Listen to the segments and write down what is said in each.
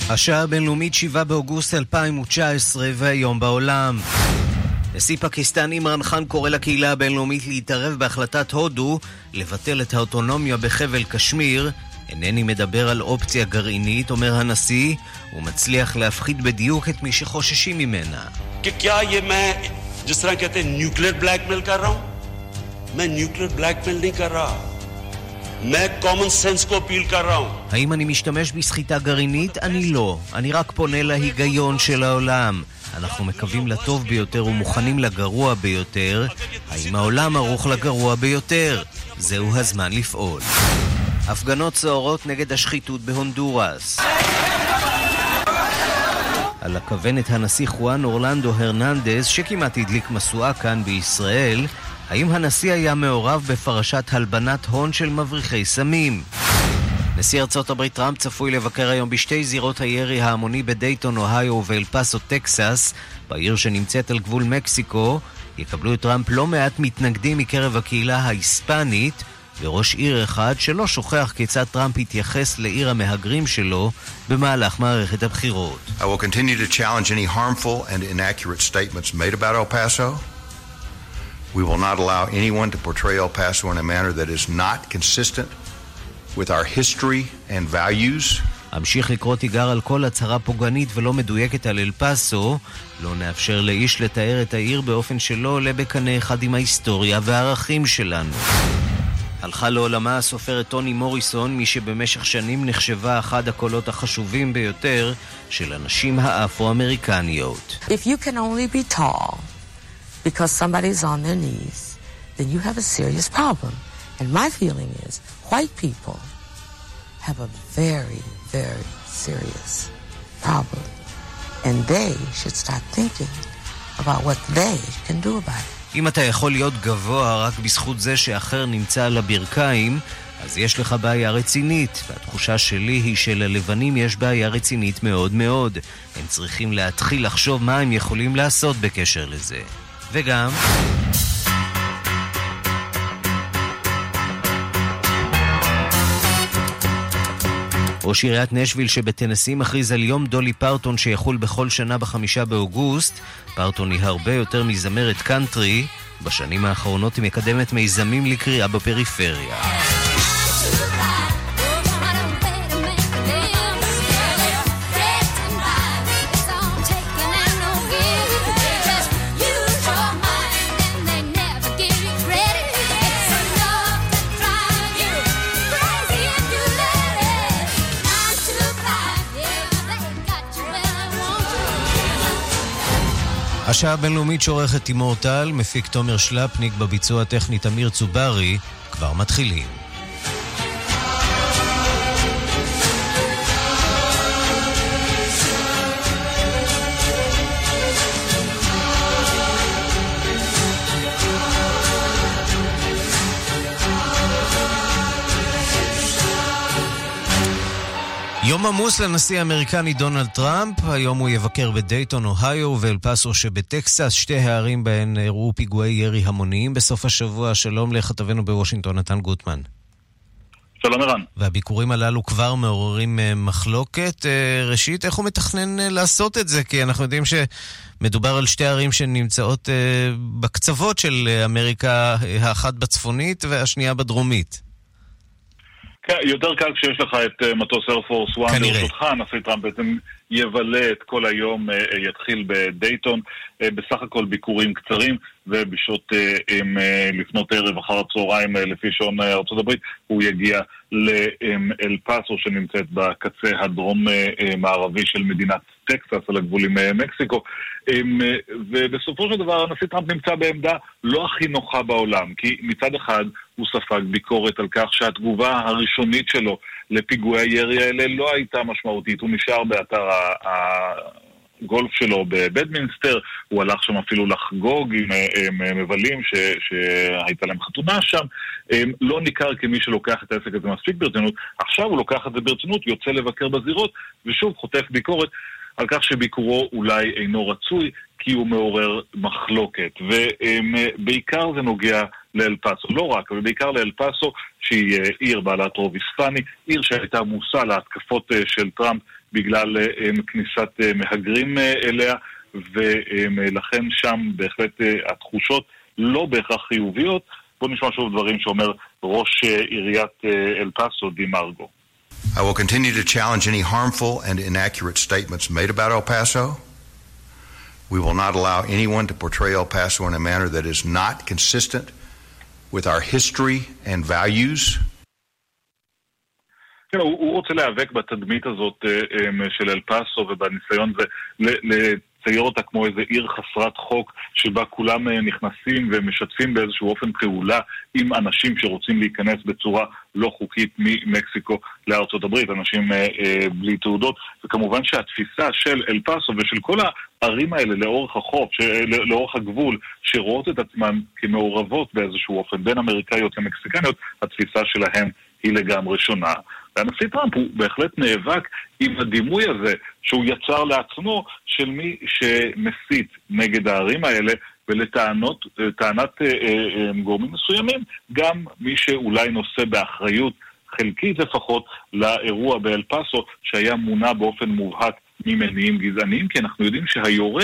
השעה הבינלאומית 7 באוגוסט 2019 והיום בעולם. נשיא פקיסטן אימרן חאן קורא לקהילה הבינלאומית להתערב בהחלטת הודו לבטל את האוטונומיה בחבל קשמיר. אינני מדבר על אופציה גרעינית, אומר הנשיא, ומצליח להפחיד בדיוק את מי שחוששים ממנה. क्या ये मैं जिस तरह कहते हैं न्यूक्लियर ब्लैकमेल कर रहा हूं? मैं न्यूक्लियर ब्लैकमेल नहीं कर रहा. मैं कॉमन सेंस को अपील कर रहा हूं. האם אני משתמש בסחיטה גרעינית? אני לא. אני רק פונה להיגיון של העולם. אנחנו מקווים לטוב ביותר ומוכנים לגרוע ביותר. האם העולם ערוך לגרוע ביותר? זהו הזמן לפעול. הפגנות סוערות נגד השחיתות בהונדורס. על הכוונת הנשיא חואן אורלנדו הרננדז שכמעט הדליק מסועה כאן בישראל. האם הנשיא היה מעורב בפרשת הלבנת הון של מבריחי סמים? נשיא ארצות הברית טראמפ צפוי לבקר היום בשתי זירות הירי ההמוני בדייטון, אוהיו ואל פאסו, טקסס, בעיר שנמצאת על גבול מקסיקו. יקבלו את טראמפ לא מעט מתנגדים מקרב הקהילה ההיספנית, וראש עיר אחד שלא שוכח כיצד טראמפ התייחס לעיר המהגרים שלו במהלך מערכת הבחירות. I will continue to challenge any harmful and inaccurate statements made about El Paso. We will not allow anyone to portray El Paso in a manner that is not consistent with our history and values. אמשיך לקרוא תיגר על כל הצהרה פוגענית ולא מדויקת על אל פאסו. לא נאפשר לאיש לתאר את העיר באופן שלא עולה בקנה אחד עם ההיסטוריה והערכים שלנו. הלכה לעולמה הסופרת טוני מוריסון, מי שבמשך שנים נחשבה אחד הקולות החשובים ביותר של הנשים האפרו-אמריקניות. If you can only be tall because somebody's on their knees, then you have a serious problem. And my feeling is white people have a very, very serious problem. And they should start thinking about what they can do about it. אם אתה יכול להיות גבוה רק בזכות זה שאחר נמצא על הברכיים, אז יש לך בעיה רצינית. והתחושה שלי היא שללבנים יש בעיה רצינית מאוד מאוד. הם צריכים להתחיל לחשוב מה הם יכולים לעשות בקשר לזה. וגם ראש עיריית נשוויל שבטנסי מכריז על יום דולי פרטון שיחול בכל שנה ב5 באוגוסט. פרטון היא הרבה יותר מזמרת קאנטרי. בשנים האחרונות היא מקדמת מיזמים לקריאה בפריפריה. השעה הבינלאומית שעורכת תימור טל, מפיק תומר שלפניק, בביצוע הטכני תמיר צוברי. כבר מתחילים. יום עמוס לנשיא האמריקני דונלד טראמפ. היום הוא יבקר בדייטון, אוהיו ואל פאסו שבטקסס, שתי הערים בהן אירעו פיגועי ירי המוניים בסוף השבוע. שלום לכתבנו בוושינגטון נתן גוטמן. שלום ערן. והביקורים הללו כבר מעוררים מחלוקת. ראשית, איך הוא מתכנן לעשות את זה? כי אנחנו יודעים שמדובר על שתי ערים שנמצאות בקצוות של אמריקה, האחת בצפונית והשנייה בדרומית. יותר קל כשיש לך את מטוס איירפורס 1 ברשותך. נשיא טראמפ בעצם יבלה את כל היום, יתחיל בדייטון, בסך הכל ביקורים קצרים, ובשעות לפנות ערב אחר הצהריים לפי שעון ארצות הברית הוא יגיע לאל פאסו שנמצאת בקצה הדרום מערבי של מדינת טקסס על הגבול עם מקסיקו. ובסופו של דבר הנשיא טראמפ נמצא בעמדה לא הכי נוחה בעולם, כי מצד אחד הוא ספג ביקורת על כך שהתגובה הראשונית שלו לפיגועי הירי האלה לא הייתה משמעותית. הוא נשאר באתר הגולף שלו בבדמינסטר, הוא הלך שם אפילו לחגוג עם מבלים שהייתה להם חתונה שם. לא ניכר כמי שלוקח את העסק הזה מספיק ברצינות. עכשיו הוא לוקח את זה ברצינות, יוצא לבקר בזירות ושוב חוטף ביקורת על כך שביקורו אולי אינו רצוי כי הוא מעורר מחלוקת. ובעיקר זה נוגע לאל פאסו, לא רק, אבל בעיקר לאל פאסו שהיא עיר בעלת רוב היספני, עיר שהייתה מושא להתקפות של טראמפ בגלל כניסת מהגרים אליה, ולכן שם בהחלט התחושות לא בהכרח חיוביות. בואו נשמע שוב דברים שאומר ראש עיריית אל פאסו, די מרגו. I will continue to challenge any harmful and inaccurate statements made about El Paso. We will not allow anyone to portray El Paso in a manner that is not consistent with our history and values. כן, הוא רוצה להיאבק בתדמית הזאת של אל פאסו ובניסיון לצייר אותה כמו איזה עיר חסרת חוק שבה כולם נכנסים ומשתפים באיזשהו אופן פעולה עם אנשים שרוצים להיכנס בצורה לא חוקית ממקסיקו לארצות הברית, אנשים בלי תעודות. וכמובן שהתפיסה של אל פאסו ושל כל הערים האלה לאורך החוף, לאורך הגבול, שרואות את עצמן כמעורבות באיזשהו אופן בין אמריקאיות למקסיקניות, התפיסה שלהם היא לגמרי שונה. והנשיא טראמפ הוא בהחלט נאבק עם הדימוי הזה שהוא יצר לעצמו של מי שמסית נגד הערים האלה, ולטענת גורמים מסוימים גם מי שאולי נושא באחריות חלקית לפחות לאירוע באל פאסו שהיה מונע באופן מובהק ממניעים גזעניים, כי אנחנו יודעים שהיורה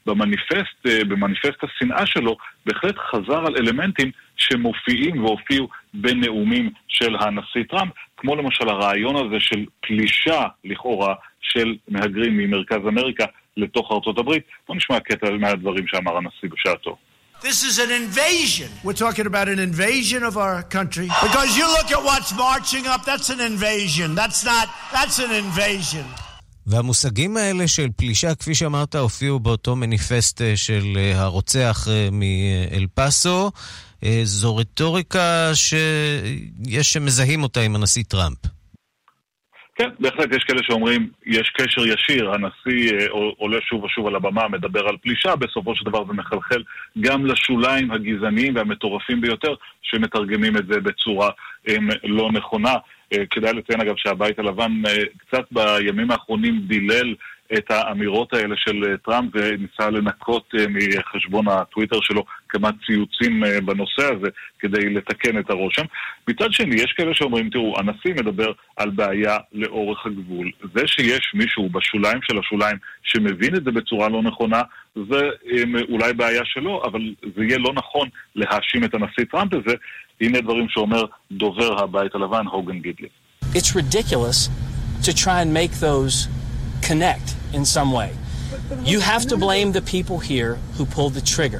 במניפסט השנאה שלו בהחלט חזר על אלמנטים שמופיעים והופיעו בנאומים של הנשיא טראמפ, כמו למשל הרעיון הזה של פלישה לכאורה של מהגרים ממרכז אמריקה לתוך ארצות הברית. בוא נשמע קטע מהדברים שאמר הנשיא בשעתו. This is an invasion. We're talking about an invasion of our country. Because you look at what's marching up, that's an invasion. That's an invasion. והמושגים האלה של פלישה, כפי שאמרת, הופיעו באותו מניפסט של הרוצח מאל פאסו. זו רטוריקה שיש שמזהים אותה עם הנשיא טראמפ. כן, בהחלט יש כאלה שאומרים, יש קשר ישיר, הנשיא עולה שוב ושוב על הבמה, מדבר על פלישה, בסופו של דבר זה מחלחל גם לשוליים הגזעניים והמטורפים ביותר, שמתרגמים את זה בצורה לא נכונה. כדאי לציין אגב שהבית הלבן קצת בימים האחרונים דילל את האמירות האלה של טראמפ וניסה לנקות מחשבון הטוויטר שלו כמה ציוצים בנושא הזה כדי לתקן את הרושם. מצד שני, יש כאלה שאומרים, תראו, הנשיא מדבר על בעיה לאורך הגבול. זה שיש מישהו בשוליים של השוליים שמבין את זה בצורה לא נכונה, זה אולי בעיה שלו, אבל זה יהיה לא נכון להאשים את הנשיא טראמפ הזה. הנה דברים שאומר דובר הבית הלבן, הוגן גידלי. It's ridiculous to try and make those connect in some way. You have to blame the people here who pulled the trigger.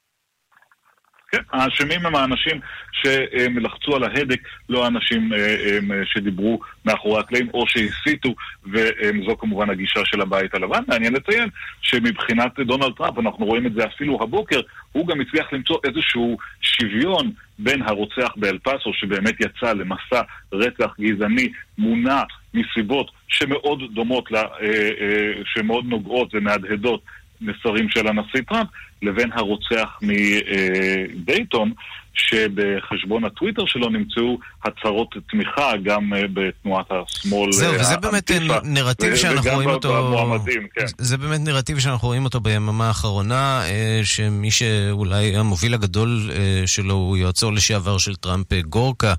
כן, האשמים הם האנשים שלחצו על ההדק, לא האנשים שדיברו מאחורי הקלעים או שהסיתו, וזו כמובן הגישה של הבית הלבן. מעניין לציין שמבחינת דונלד טראמפ, אנחנו רואים את זה אפילו הבוקר, הוא גם הצליח למצוא איזשהו שוויון בין הרוצח באל פאסו, שבאמת יצא למסע רצח גזעני מונע מסיבות שמאוד דומות, שמאוד נוגעות ומהדהדות מסרים של הנשיא טראמפ, לבין הרוצח מדייטון, שבחשבון הטוויטר שלו נמצאו הצהרות תמיכה גם בתנועת השמאל. זהו, וזה באמת נרטיב שאנחנו רואים אותו, כן. זה באמת נרטיב שאנחנו רואים אותו ביממה האחרונה, שמי שאולי המוביל הגדול שלו הוא יועצו לשעבר של טראמפ, גורקה,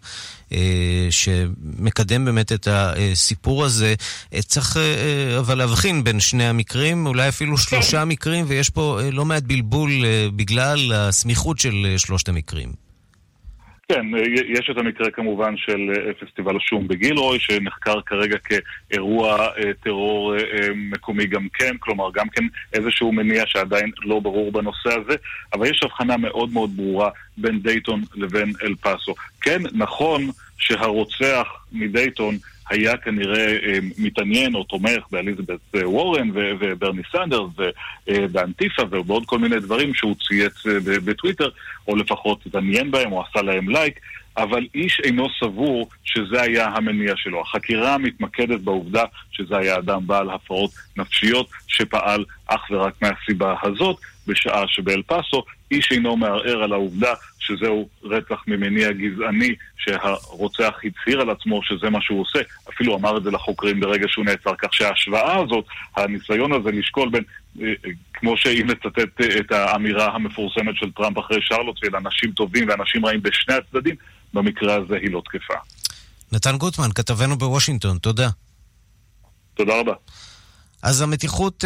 שמקדם באמת את הסיפור הזה. צריך אבל להבחין בין שני המקרים, אולי אפילו שלושה מקרים, ויש פה לא מעט בלבול בגלל הסמיכות של שלושת המקרים. כן, יש את המקרה כמובן של פסטיבל השום בגילרוי, שנחקר כרגע כאירוע טרור מקומי גם כן, כלומר גם כן איזשהו מניע שעדיין לא ברור בנושא הזה, אבל יש הבחנה מאוד מאוד ברורה בין דייטון לבין אל פאסו. כן, נכון שהרוצח מדייטון היה כנראה מתעניין או תומך באליזבת וורן וברני סנדרס ובאנטיפה ובעוד כל מיני דברים שהוא צייץ בטוויטר, או לפחות התעניין בהם או עשה להם לייק, אבל איש אינו סבור שזה היה המניע שלו. החקירה מתמקדת בעובדה שזה היה אדם בעל הפרעות נפשיות שפעל אך ורק מהסיבה הזאת, בשעה שבאל פאסו איש אינו מערער על העובדה שזהו רצח ממניע גזעני, שהרוצח הצהיר על עצמו שזה מה שהוא עושה, אפילו אמר את זה לחוקרים ברגע שהוא נעצר, כך שההשוואה הזאת, הניסיון הזה לשקול בין, כמו שאם לצטט את האמירה המפורסמת של טראמפ אחרי שרלוטסוויל, אנשים טובים ואנשים רעים בשני הצדדים, במקרה הזה היא לא תקפה. נתן גוטמן, כתבנו בוושינגטון, תודה. תודה רבה. אז המתיחות,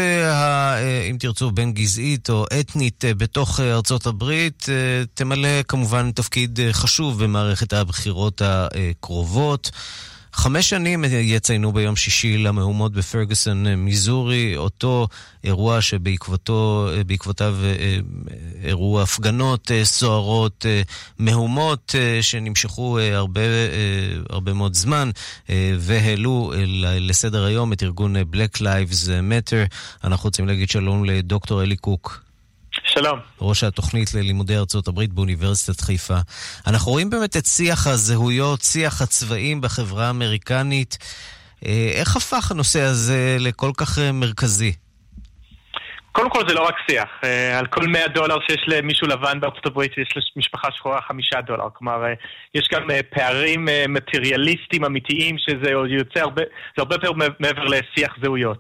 אם תרצו, בין גזעית או אתנית בתוך ארצות הברית, תמלא כמובן תפקיד חשוב במערכת הבחירות הקרובות. 5 שנים יציינו ביום שישי למהומות בפרגוסון, מיזורי, אותו אירוע שבעקבותיו אירעו הפגנות סוערות, מהומות שנמשכו הרבה מאוד זמן, והעלו לסדר היום את ארגון Black Lives Matter. אנחנו רוצים להגיד שלום לדוקטור אלי קוק. שלום. ראש התוכנית ללימודי ארצות הברית באוניברסיטת חיפה. אנחנו רואים באמת את שיח הזהויות, שיח הצבעים בחברה האמריקנית. איך הפך הנושא הזה לכל כך מרכזי? קודם כל זה לא רק שיח. על כל $100 שיש למישהו לבן בארצות הברית, יש למשפחה שחורה $5. כלומר, יש גם פערים מטריאליסטיים אמיתיים, שזה יוצא הרבה פעמים מעבר לשיח זהויות.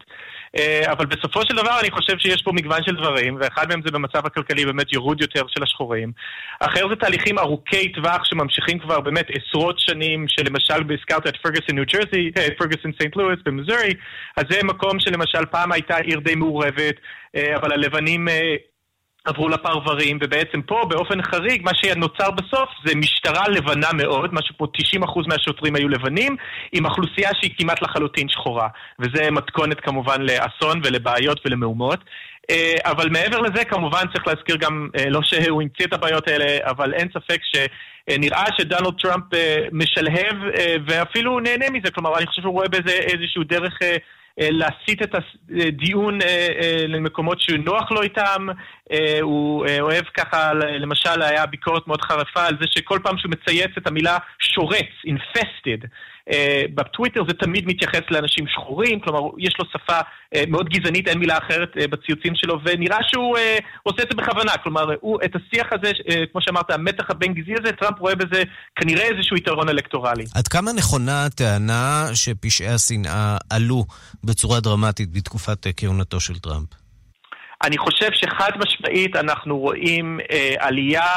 אבל בסופו של דבר אני חושב שיש פה מגוון של דברים, ואחד מהם זה במצב הכלכלי באמת ירוד יותר של השחורים. אחר זה תהליכים ארוכי טווח שממשיכים כבר באמת עשרות שנים, שלמשל בהזכרת את פרגוסון, ניו ג'רזי, פרגוסון סנט לואיס במיזורי, אז זה מקום שלמשל פעם הייתה עיר די מעורבת, אבל הלבנים עברו לפרברים, ובעצם פה באופן חריג מה שנוצר בסוף זה משטרה לבנה מאוד, משהו פה 90% מהשוטרים היו לבנים, עם אוכלוסייה שהיא כמעט לחלוטין שחורה, וזה מתכונת כמובן לאסון ולבעיות ולמהומות. אבל מעבר לזה כמובן צריך להזכיר גם, לא שהוא המציא את הבעיות האלה, אבל אין ספק שנראה שדונלד טראמפ משלהב ואפילו נהנה מזה, כלומר אני חושב שהוא רואה בזה איזשהו דרך להסיט את הדיון למקומות שנוח לו איתם. הוא אוהב ככה, למשל היה ביקורת מאוד חרפה על זה שכל פעם שהוא מצייץ את המילה שורץ, infested, בטוויטר זה תמיד מתייחס לאנשים שחורים, כלומר יש לו שפה מאוד גזענית, אין מילה אחרת בציוצים שלו, ונראה שהוא עושה את זה בכוונה, כלומר הוא את השיח הזה, כמו שאמרת, המתח הבין גזעי הזה, טראמפ רואה בזה כנראה איזשהו יתרון אלקטורלי. עד כמה נכונה הטענה שפשעי השנאה עלו בצורה דרמטית בתקופת כהונתו של טראמפ? אני חושב שחד משמעית אנחנו רואים עלייה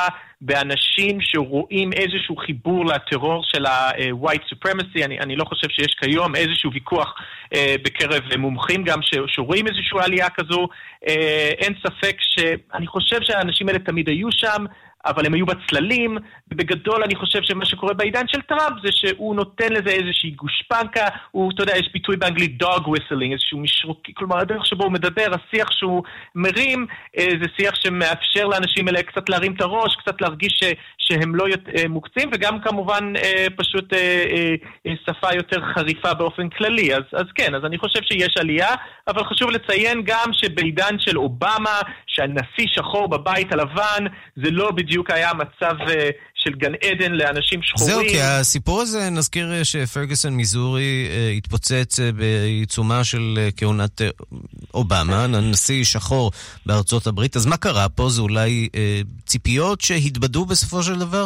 באנשים שרואים איזשהו חיבור לטרור של ה-white supremacy. אני לא חושב שיש כיום איזשהו ויכוח בקרב מומחים גם שרואים איזשהו עלייה כזו. אין ספק שאני חושב שהאנשים האלה תמיד היו שם, אבל הם היו בצללים, ובגדול אני חושב שמה שקורה בעידן של טראמפ זה שהוא נותן לזה איזושהי גושפנקה, אתה יודע, יש ביטוי באנגלית dog whistling, איזשהו משרוקי, כלומר הדרך שבו הוא מדבר, השיח שהוא מרים, זה שיח שמאפשר לאנשים האלה קצת להרים את הראש, קצת להרגיש שהם לא מוקצים, וגם כמובן פשוט שפה יותר חריפה באופן כללי, אז כן, אז אני חושב שיש עלייה, אבל חשוב לציין גם שבעידן של אובמה, שהנשיא שחור בבית הלבן, זה לא בדיוק היה מצב של גן עדן לאנשים שחורים. זהו, כי הסיפור הזה, נזכיר שפרגוסון מיזורי התפוצץ בעיצומה של כהונת אובמה, נשיא שחור בארצות הברית. אז מה קרה פה? זה אולי ציפיות שהתבדו בסופו של דבר?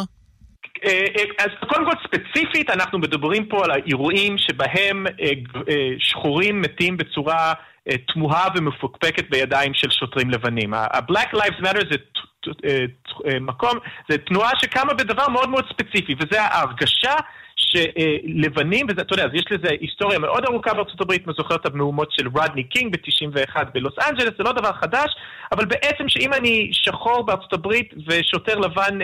אז קודם כל ספציפית אנחנו מדברים פה על האירועים שבהם שחורים מתים בצורה תמוהה ומפוקפקת בידיים של שוטרים לבנים. ה-Black Lives Matter זה מקום, זה תנועה שקמה בדבר מאוד מאוד ספציפי, וזה ההרגשה שלבנים, ואתה יודע, אז יש לזה היסטוריה מאוד ארוכה בארצות הברית, זוכר את המהומות של רודני קינג ב-91 בלוס אנג'לס, זה לא דבר חדש, אבל בעצם שאם אני שחור בארצות הברית ושוטר לבן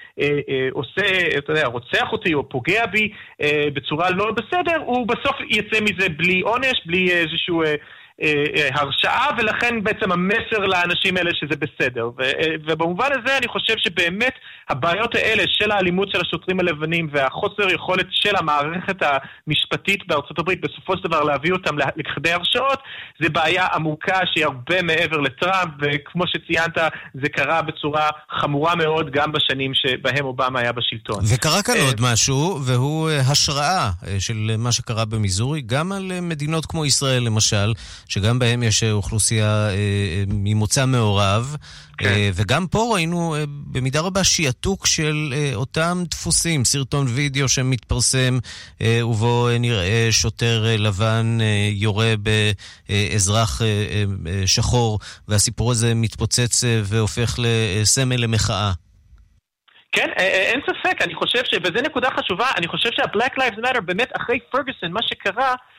עושה, אתה יודע, רוצח אותי או פוגע בי בצורה לא בסדר, הוא בסוף יצא מזה בלי עונש, בלי איזשהו הרשעה, ולכן בעצם המסר לאנשים האלה שזה בסדר. ובמובן הזה אני חושב שבאמת הבעיות האלה של האלימות של השוטרים הלבנים והחוסר יכולת של המערכת המשפטית בארצות הברית בסופו של דבר להביא אותם לכדי הרשעות, זה בעיה עמוקה שהיא הרבה מעבר לטראמפ, וכמו שציינת זה קרה בצורה חמורה מאוד גם בשנים שבהם אובמה היה בשלטון. וקרה כאן עוד משהו, והוא השראה של מה שקרה במיזורי, גם על מדינות כמו ישראל למשל, שגם בהם יש אוכלוסייה ממוצא מעורב, וגם פה ראינו במידה רבה שיעתוק של אותם דפוסים, סרטון וידאו שמתפרסם ובו נראה שוטר לבן יורה באזרח שחור, והסיפור הזה מתפוצץ והופך לסמל למחאה. כן, אין ספק, אני חושב וזה נקודה חשובה, אני חושב שה-Black Lives Matter באמת אחרי פרגוסון, מה שקרה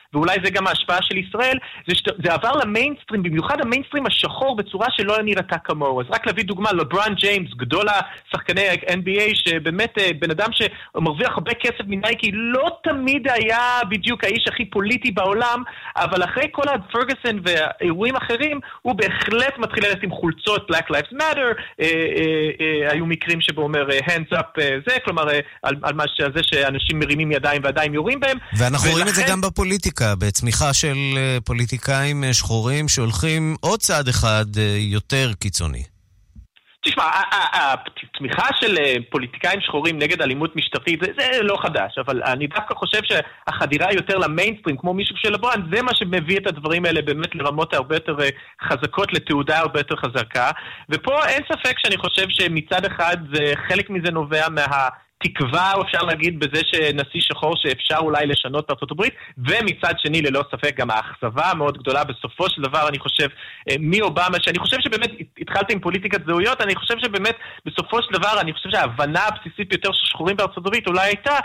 ואולי זה גם ההשפעה של ישראל, זה עבר למיינסטרים, במיוחד המיינסטרים השחור בצורה שלא נראתה כמוהו. אז רק להביא דוגמה, לברון ג'יימס, גדול השחקני NBA, שבאמת בן אדם שמרוויח הרבה כסף מנייקי, לא תמיד היה בדיוק האיש הכי פוליטי בעולם, אבל אחרי כל הפרגוסון והאירועים אחרים, הוא בהחלט מתחיל ללכת עם חולצות Black Lives Matter, היו מקרים שבו אומר hands up זה, כלומר על מה שזה שאנשים מרימים ידיים ועדיין יורים בהם. ואנחנו רואים את זה גם בפוליטיקה, בצמיחה של פוליטיקאים שחורים שהולכים עוד צעד אחד יותר קיצוני. תשמע, התמיכה של פוליטיקאים שחורים נגד אלימות משטרתית זה לא חדש, אבל אני דווקא חושב שהחדירה יותר למיינסטרים, כמו מישהו של לברון, זה מה שמביא את הדברים האלה באמת לרמות הרבה יותר חזקות, לתעודה הרבה יותר חזקה, ופה אין ספק שאני חושב שמצד אחד חלק מזה נובע תקווה, או אפשר להגיד בזה שנשיא שחור שאפשר אולי לשנות בארצות הברית, ומצד שני ללא ספק גם האכזבה המאוד גדולה בסופו של דבר, אני חושב, מאובמה, שאני חושב שבאמת התחלתי עם פוליטיקת זהויות, אני חושב שבאמת בסופו של דבר, אני חושב שההבנה הבסיסית ביותר של שחורים בארצות הברית אולי הייתה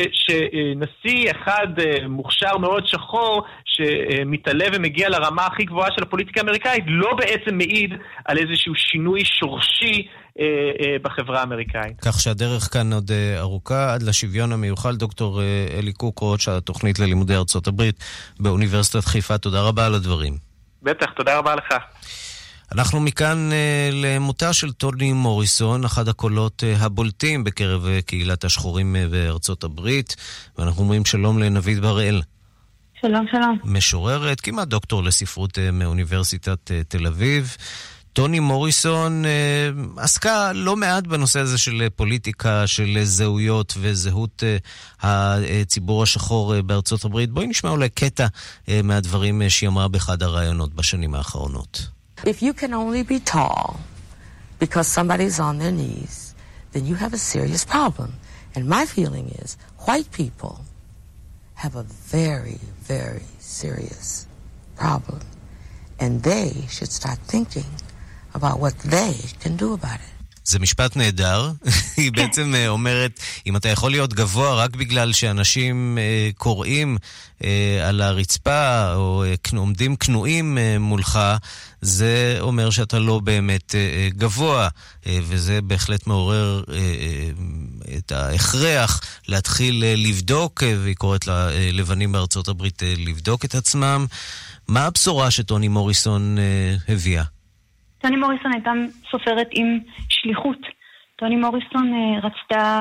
שנשיא אחד מוכשר מאוד שחור, שמתעלה ומגיע לרמה הכי גבוהה של הפוליטיקה האמריקאית, לא בעצם מעיד על איזשהו שינוי שורשי בחברה האמריקאית. כך שהדרך כאן עוד ארוכה עד לשוויון המיוחל. דוקטור אלי קוק, ראש התוכנית ללימודי ארצות הברית באוניברסיטת חיפה, תודה רבה על הדברים. בטח, תודה רבה לך. אנחנו מכאן למותה של טוני מוריסון, אחד הקולות הבולטים בקרב קהילת השחורים בארצות הברית, ואנחנו אומרים שלום לנביד בראל. שלום, שלום. משוררת, כמעט דוקטור לספרות מאוניברסיטת תל אביב. טוני מוריסון עסקה לא מעט בנושא הזה של פוליטיקה, של זהויות וזהות הציבור השחור בארצות הברית. בואי נשמע אולי קטע מהדברים שהיא אמרה באחד הרעיונות בשנים האחרונות. If you can only be tall because somebody's on their knees, then you have a serious problem. And my feeling is white people have a very, very serious problem. And they should start thinking about what they can do about it. זה משפט נהדר. היא בעצם אומרת, אם אתה יכול להיות גבוה רק בגלל שאנשים קוראים על הרצפה או עומדים כנועים מולך, זה אומר שאתה לא באמת גבוה, וזה בהחלט מעורר את ההכרח להתחיל לבדוק, והיא קוראת ללבנים בארצות הברית לבדוק את עצמם. מה הבשורה שטוני מוריסון הביאה? טוני מוריסון הייתה סופרת עם שליחות. טוני מוריסון רצתה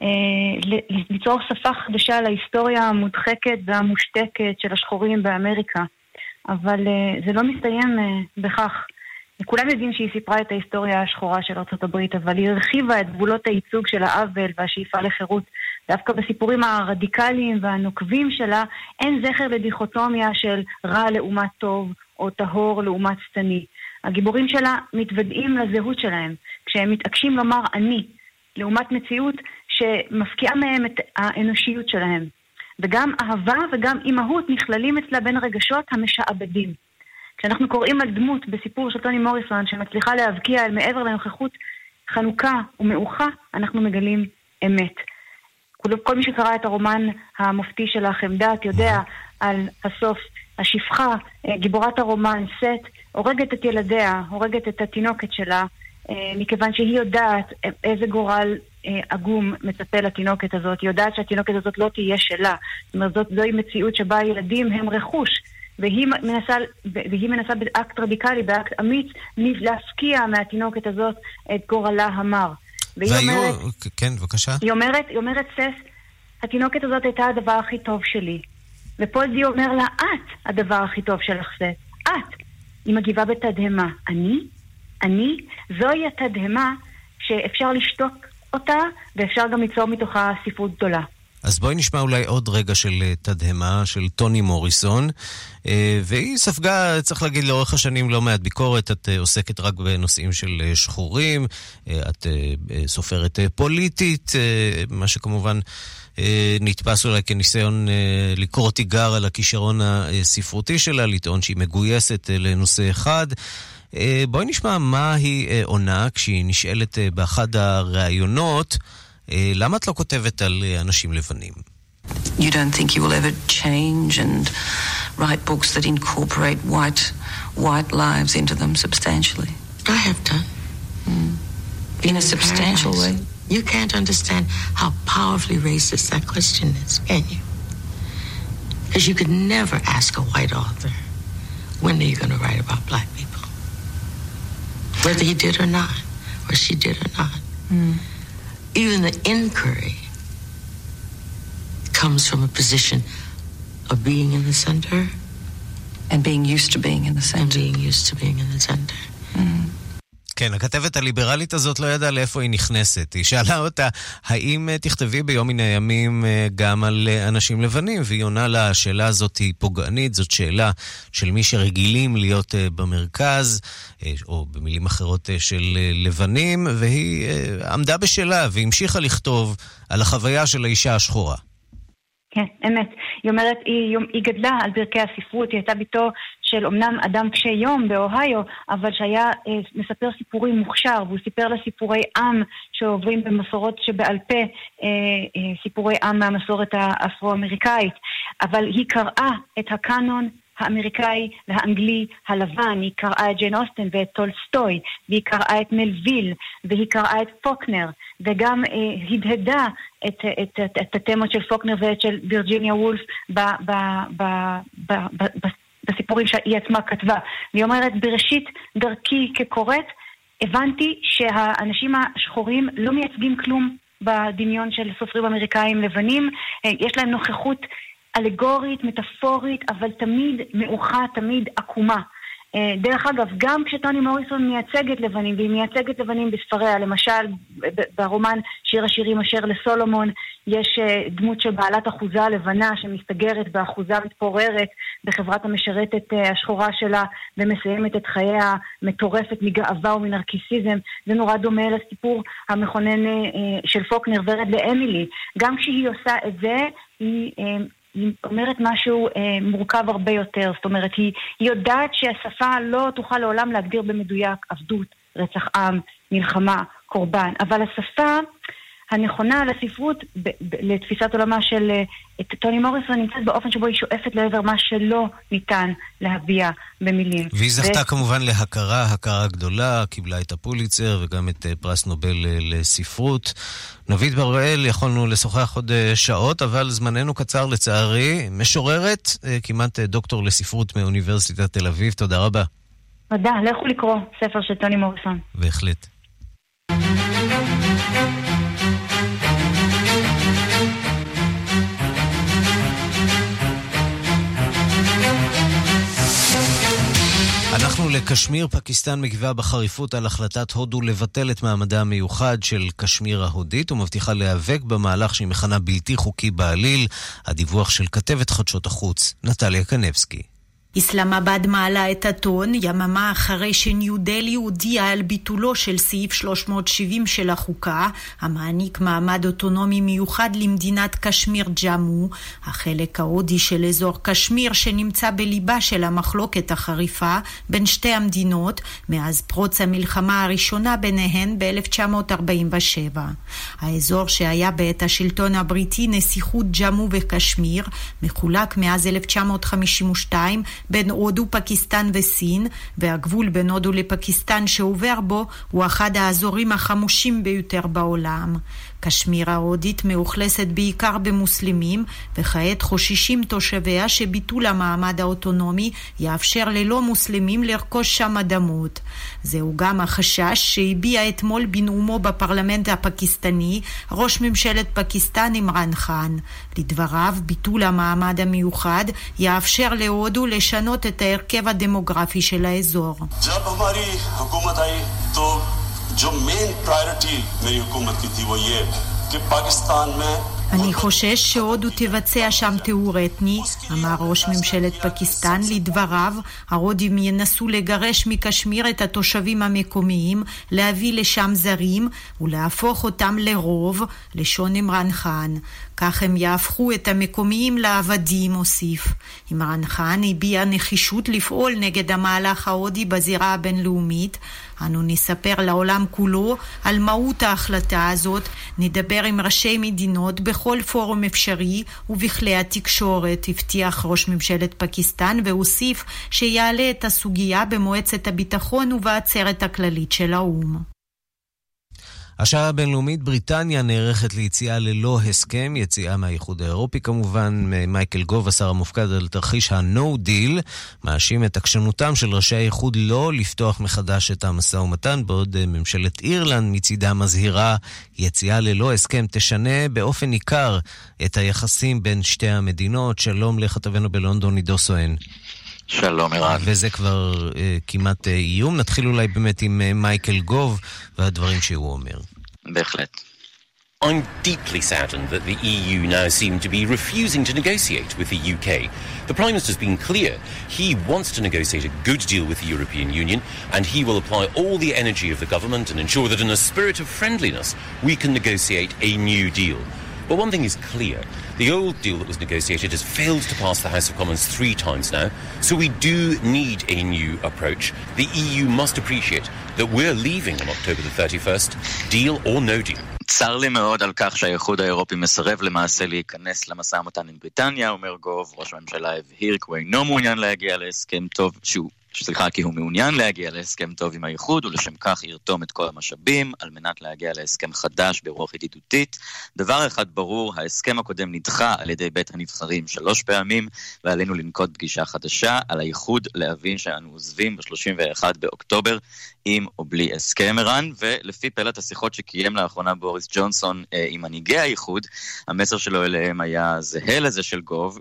ליצור שפה חדשה להיסטוריה המודחקת והמושתקת של השחורים באמריקה. אבל זה לא מסתיים בכך. כולם יודעים שהיא סיפרה את ההיסטוריה השחורה של ארצות הברית, אבל היא הרחיבה את גבולות הייצוג של העוול והשאיפה לחירות. דווקא בסיפורים הרדיקליים והנוקבים שלה אין זכר לדיכוטומיה של רע לעומת טוב או טהור לעומת שטני. הגיבורים שלה מתוודעים לזהות שלהם, כשהם מתעקשים לומר אני, לעומת מציאות שמפקיעה מהם את האנושיות שלהם. וגם אהבה וגם אימהות נכללים אצלה בין רגשות המשעבדים. כשאנחנו קוראים על דמות בסיפור של טוני מוריסון שמצליחה להבקיע אל מעבר לנוכחות חנוכה ומאוחה, אנחנו מגלים אמת. כל מי שקרא את הרומן המופתי של החמדת יודע על הסוף השפחה, גיבורת הרומן, סט, הורגת את ילדיה, הורגת את התינוקת שלה, מכיוון שהיא יודעת איזה גורל עגום מצפה לתינוקת הזאת, היא יודעת שהתינוקת הזאת לא תהיה שלה, זאת אומרת, זוהי מציאות שבה ילדים הם רכוש, והיא מנסה באקט רדיקלי, באקט אמיץ, להפקיע מהתינוקת הזאת את גורלה המר. כן, בבקשה. היא אומרת, סס, התינוקת הזאת הייתה הדבר הכי טוב שלי. ופול די אומר לה, את הדבר הכי טוב שלך, סס. את. היא מגיבה בתדהמה. אני, זוהי התדהמה שאפשר לשתוק אותה, ואפשר גם ליצור מתוכה ספרות גדולה. אז בואי נשמע אולי עוד רגע של תדהמה של טוני מוריסון, והיא ספגה, צריך להגיד, לאורך השנים לא מעט ביקורת. את עוסקת רק בנושאים של שחורים, את סופרת פוליטית, מה שכמובן נתפס אולי כניסיון לקרוא תיגר על הכישרון הספרותי שלה, לטעון שהיא מגויסת לנושא אחד. בואי נשמע מה היא עונה כשהיא נשאלת באחד הראיונות, למה את לא כותבת על אנשים לבנים? You don't think you will ever change and write books that incorporate white lives into them substantially? I have done. In a substantial way? You can't understand how powerfully racist that question is, can you? Because you could never ask a white author, when are you going to write about black people? Whether he did or not, or she did or not. Even the inquiry comes from a position of being in the center. And being used to being in the center. And being used to being in the center. כן, הכתבת הליברלית הזאת לא ידעה לאיפה היא נכנסת. היא שאלה אותה, האם תכתבי ביום מן הימים גם על אנשים לבנים? והיא עונה לה, השאלה הזאת היא פוגענית, זאת שאלה של מי שרגילים להיות במרכז, או במילים אחרות של לבנים, והיא עמדה בשאלה והמשיכה לכתוב על החוויה של האישה השחורה. כן, אמת. היא אומרת, היא גדלה על ברכי הספרות, היא הייתה ביתו של אומנם אדם קשה יום באוהיו, אבל שהיה מספר סיפורים מוכשר, והוא סיפר לה סיפורי עם שעוברים במסורות שבעל פה, סיפורי עם מהמסורת האפרו-אמריקאית, אבל היא קראה את הקאנון האמריקאי והאנגלי הלבן, היא קראה את ג'יין אוסטן ואת טולסטוי, והיא קראה את מלוויל, והיא קראה את פוקנר, וגם הדהדה את התמות של פוקנר ואת של וירג'יניה וולף בסיפורים שהיא עצמה כתבה. והיא אומרת, בראשית דרכי כקוראת, הבנתי שהאנשים השחורים לא מייצגים כלום בדמיון של סופרים אמריקאים לבנים, יש להם נוכחות אלגורית, מטאפורית, אבל תמיד מאוחה, תמיד עקומה. דרך אגב, גם כשטוני מוריסון מייצגת לבנים, והיא מייצגת לבנים בספריה, למשל ברומן שיר השירים אשר לסולומון, יש דמות של בעלת אחוזה לבנה שמסתגרת באחוזה מתפוררת בחברת המשרתת השחורה שלה, ומסיימת את חייה מטורפת מגאווה ומנרקיסיזם. זה נורא דומה לסיפור המכונן של פוקנר ורד לאמילי. גם כשהיא עושה את זה, היא אומרת משהו מורכב הרבה יותר. זאת אומרת, היא יודעת שהשפה לא תוכל לעולם להגדיר במדויק עבדות, רצח עם, מלחמה, קורבן. אבל השפה הנכונה לספרות, לתפיסת עולמה של טוני מוריסון, נמצאת באופן שבו היא שואפת לעבר מה שלא ניתן להביע במילים. והיא זכתה כמובן הכרה גדולה, קיבלה את הפוליצר וגם את פרס נובל לספרות. נבית בראל, יכולנו לשוחח עוד שעות, אבל זמננו קצר לצערי. משוררת, כמעט דוקטור לספרות מאוניברסיטת תל אביב, תודה רבה. תודה, לכו לקרוא ספר של טוני מוריסון. בהחלט. אנחנו לקשמיר. פקיסטן מגיבה בחריפות על החלטת הודו לבטל את מעמדה המיוחד של קשמיר ההודית ומבטיחה להיאבק במהלך שהיא מכנה בלתי חוקי בעליל. הדיווח של כתבת חדשות החוץ נטליה קנבסקי. איסלאמבאד מעלה את הטון יממה אחרי שניו דלי הודיעה על ביטולו של סעיף 370 של החוקה, המעניק מעמד אוטונומי מיוחד למדינת קשמיר ג'אמו, החלק ההודי של אזור קשמיר שנמצא בליבה של המחלוקת החריפה בין שתי המדינות מאז פרוץ המלחמה הראשונה ביניהן ב-1947. האזור שהיה בעת השלטון הבריטי נסיכות ג'אמו וקשמיר, מחולק מאז 1952 בין הודו, פקיסטן וסין, והגבול בין הודו לפקיסטן שעובר בו הוא אחד האזורים החמושים ביותר בעולם. קשמיר ההודית מאוכלסת בעיקר במוסלמים, וכעת חוששים תושביה שביטול המעמד האוטונומי יאפשר ללא מוסלמים לרכוש שם אדמות. זהו גם החשש שהביע אתמול בנאומו בפרלמנט הפקיסטני ראש ממשלת פקיסטן אימרן חאן. לדבריו, ביטול המעמד המיוחד יאפשר להודו לשנות את ההרכב הדמוגרפי של האזור. जब हमारी हुकूमत आई तो जो मेन प्रायोरिटी मेरी हुकूमत की थी वो ये कि पाकिस्तान में אני חושש שהודו תבצע שם טיהור אתני, אמר ראש ממשלת פקיסטן. לדבריו, ההודים ינסו לגרש מקשמיר את התושבים המקומיים, להביא לשם זרים ולהפוך אותם לרוב, לשון אימרן חאן. כך הם יהפכו את המקומיים לעבדים, הוסיף. אימרן חאן הביע נחישות לפעול נגד המהלך ההודי בזירה הבינלאומית, אנו נספר לעולם כולו על מהות ההחלטה הזאת, נדבר עם ראשי מדינות בכל פורום אפשרי ובכלי התקשורת, הבטיח ראש ממשלת פקיסטן והוסיף שיעלה את הסוגיה במועצת הביטחון ובעצרת הכללית של האו"ם. השעה הבינלאומית, בריטניה נערכת ליציאה ללא הסכם, יציאה מהאיחוד האירופי כמובן. מייקל גוב, השר המופקד על תרחיש ה-No Deal, מאשים את עקשנותם של ראשי האיחוד לא לפתוח מחדש את המשא ומתן, בעוד ממשלת אירלנד מצידה מזהירה, יציאה ללא הסכם תשנה באופן ניכר את היחסים בין שתי המדינות. שלום לכתבנו בלונדון עידו סואן. שלום ערן. וזה כבר כמעט איום. נתחיל אולי באמת עם מייקל גוב והדברים שהוא אומר. בהחלט. I'm deeply saddened that the EU now seem to be refusing to negotiate with the UK. The Prime Minister has been clear. He wants to negotiate a good deal with the European Union, and he will apply all the energy of the government and ensure that in a spirit of friendliness we can negotiate a new deal. But one thing is clear. The old deal that was negotiated has failed to pass the House of Commons 3 times now, so we do need a new approach. The EU must appreciate that we're leaving on October the 31st, deal or no deal. צר לי מאוד על כך שהאיחוד האירופי מסרב למעשה להיכנס למשא ומתן עם בריטניה, אומר גוב. ראש הממשלה הבהיר כי הוא אינו מעוניין להגיע להסכם טוב, כי הוא מעוניין להגיע להסכם טוב עם האיחוד, ולשם כך ירתום את כל המשאבים על מנת להגיע להסכם חדש ברוח ידידותית. דבר אחד ברור, ההסכם הקודם נדחה על ידי בית הנבחרים 3 פעמים, ועלינו לנקוט פגישה חדשה. על האיחוד להבין שאנו עוזבים ב-31 באוקטובר עם או בלי הסכם ערן, ולפי פלט השיחות שקיים לאחרונה בוריס ג'ונסון עם מנהיגי האיחוד, המסר שלו אליהם היה זהה לזה של גוב,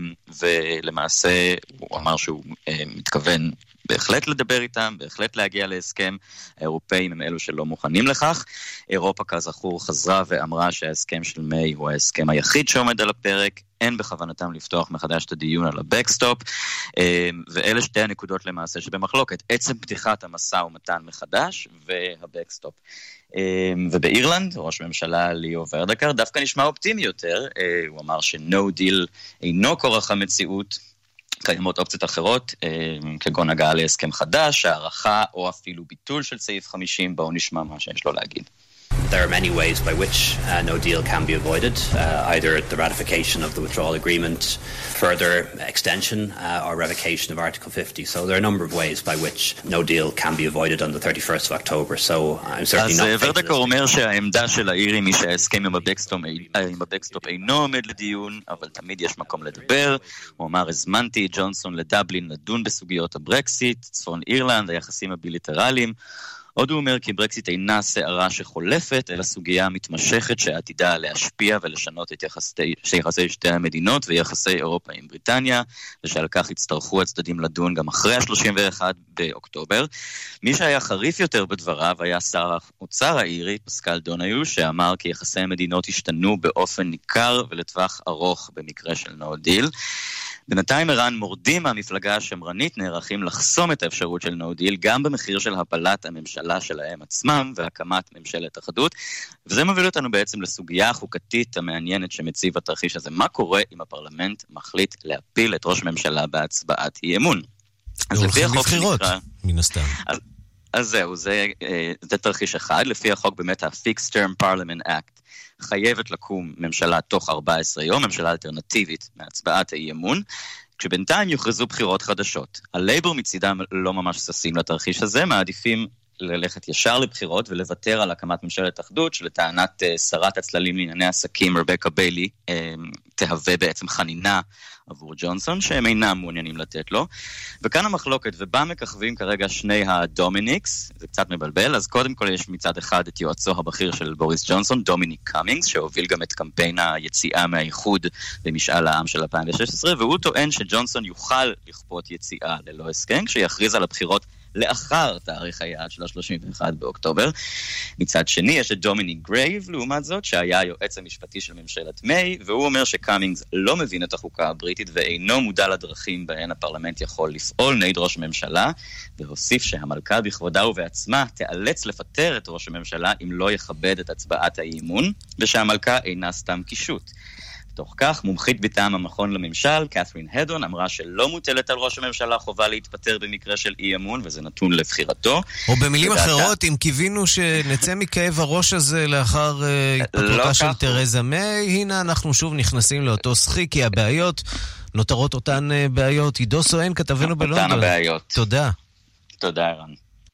ולמעשה הוא אמר שהוא מתכוון בהחלט לדבר איתם, בהחלט להגיע להסכם. האירופאים הם אלו שלא מוכנים לכך. אירופה כזכור חזרה ואמרה שההסכם של מיי הוא ההסכם היחיד שעומד על הפרק, אין בכוונתם לפתוח מחדש את הדיון על הבקסטופ, ואלה שתי הנקודות למעשה שבמחלוקת, עצם פתיחת המשא ומתן מחדש והבקסטופ. ובאירלנד, ראש ממשלה ליאו ורדקר דווקא נשמע אופטימי יותר, הוא אמר ש-No Deal אינו כורח המציאות, קיימות אופציות אחרות, כגון הגעה להסכם חדש, הערכה או אפילו ביטול של סעיף 50, בואו נשמע מה שיש לו להגיד. There are many ways by which no deal can be avoided, either the ratification of the withdrawal agreement, further extension, or revocation of Article 50. So there are a number of ways by which no deal can be avoided on the 31st of October. So I'm certainly not... אז ורדקר אומר שהעמדה של האירים היא שההסכם עם הבקסטופ אינו עומד לדיון, אבל תמיד יש מקום לדבר. הוא אמר, הזמנתי ג'ונסון לדבלין לדון בסוגיות הברקסיט, צפון אירלנד, היחסים הבילטרליים. עוד הוא אומר כי ברקסיט אינה שערה שחולפת, אלא סוגיה מתמשכת שעתידה להשפיע ולשנות את יחסי שתי המדינות ויחסי אירופה עם בריטניה, ושעל כך הצטרכו הצדדים לדון גם אחרי ה-31 באוקטובר. מי שהיה חריף יותר בדבריו היה שר האוצר האירי, פסקל דוניו, שאמר כי יחסי המדינות השתנו באופן ניכר ולטווח ארוך במקרה של No Deal. בינתיים איראן מורדים מהמפלגה השמרנית נערכים לחסום את האפשרות של No Deal, גם במחיר של הפלת הממשלה שלהם עצמם והקמת ממשלת אחדות. וזה מוביל אותנו בעצם לסוגיה החוקתית המעניינת שמציב התרחיש הזה. מה קורה אם הפרלמנט מחליט להפיל את ראש ממשלה בהצבעת אי אמון? אז לפי החוק בבחירות, מן הסתם. אז זהו, זה תרחיש אחד. לפי החוק באמת ה-Fixed Term Parliament Act חייבת לקום ממשלה תוך 14 יום, ממשלה אלטרנטיבית מהצבעת האי-אמון, כשבינתיים יוכרזו בחירות חדשות. הלייבור מצידם לא ממש ססים לתרחיש הזה, מעדיפים ללכת ישר לבחירות ולוותר על הקמת ממשלת אחדות, שלטענת שרת הצללים לענייני עסקים, רבקה ביילי, תהווה בעצם חנינה עבור ג'ונסון, שהם אינם מעוניינים לתת לו. וכאן המחלוקת, ובה מככבים כרגע שני הדומיניקס, זה קצת מבלבל, אז קודם כל יש מצד אחד את יועצו הבכיר של בוריס ג'ונסון, דומיניק קאמינגס, שהוביל גם את קמפיין היציאה מהאיחוד במשאל העם של 2016, והוא טוען שג'ונסון יוכל לכפות יציאה ללא הסכם, כשיכריז על הבחירות לאחר תאריך היעד של ה-31 באוקטובר. מצד שני יש את דומיניק גרייב, לעומת זאת, שהיה היועץ המשפטי של ממשלת מיי, והוא אומר שקאמינגס לא מבין את החוקה הבריטית ואינו מודע לדרכים בהן הפרלמנט יכול לפעול נגד ראש הממשלה, והוסיף שהמלכה בכבודה ובעצמה תיאלץ לפטר את ראש הממשלה אם לא יכבד את הצבעת האי-אמון, ושהמלכה אינה סתם קישוט. בתוך כך, מומחית בטעם המכון לממשל, קת'רין הדון, אמרה שלא מוטלת על ראש הממשלה חובה להתפטר במקרה של אי אמון, וזה נתון לבחירתו. או במילים אחרות, אם קיווינו שנצא מכאב הראש הזה לאחר התפטרותה של תרזה מיי, הנה אנחנו שוב נכנסים לאותו שחי, כי הבעיות נותרות אותן בעיות. עידו סואן, כתבנו בלונדון. אותן הבעיות. תודה. תודה, ערן.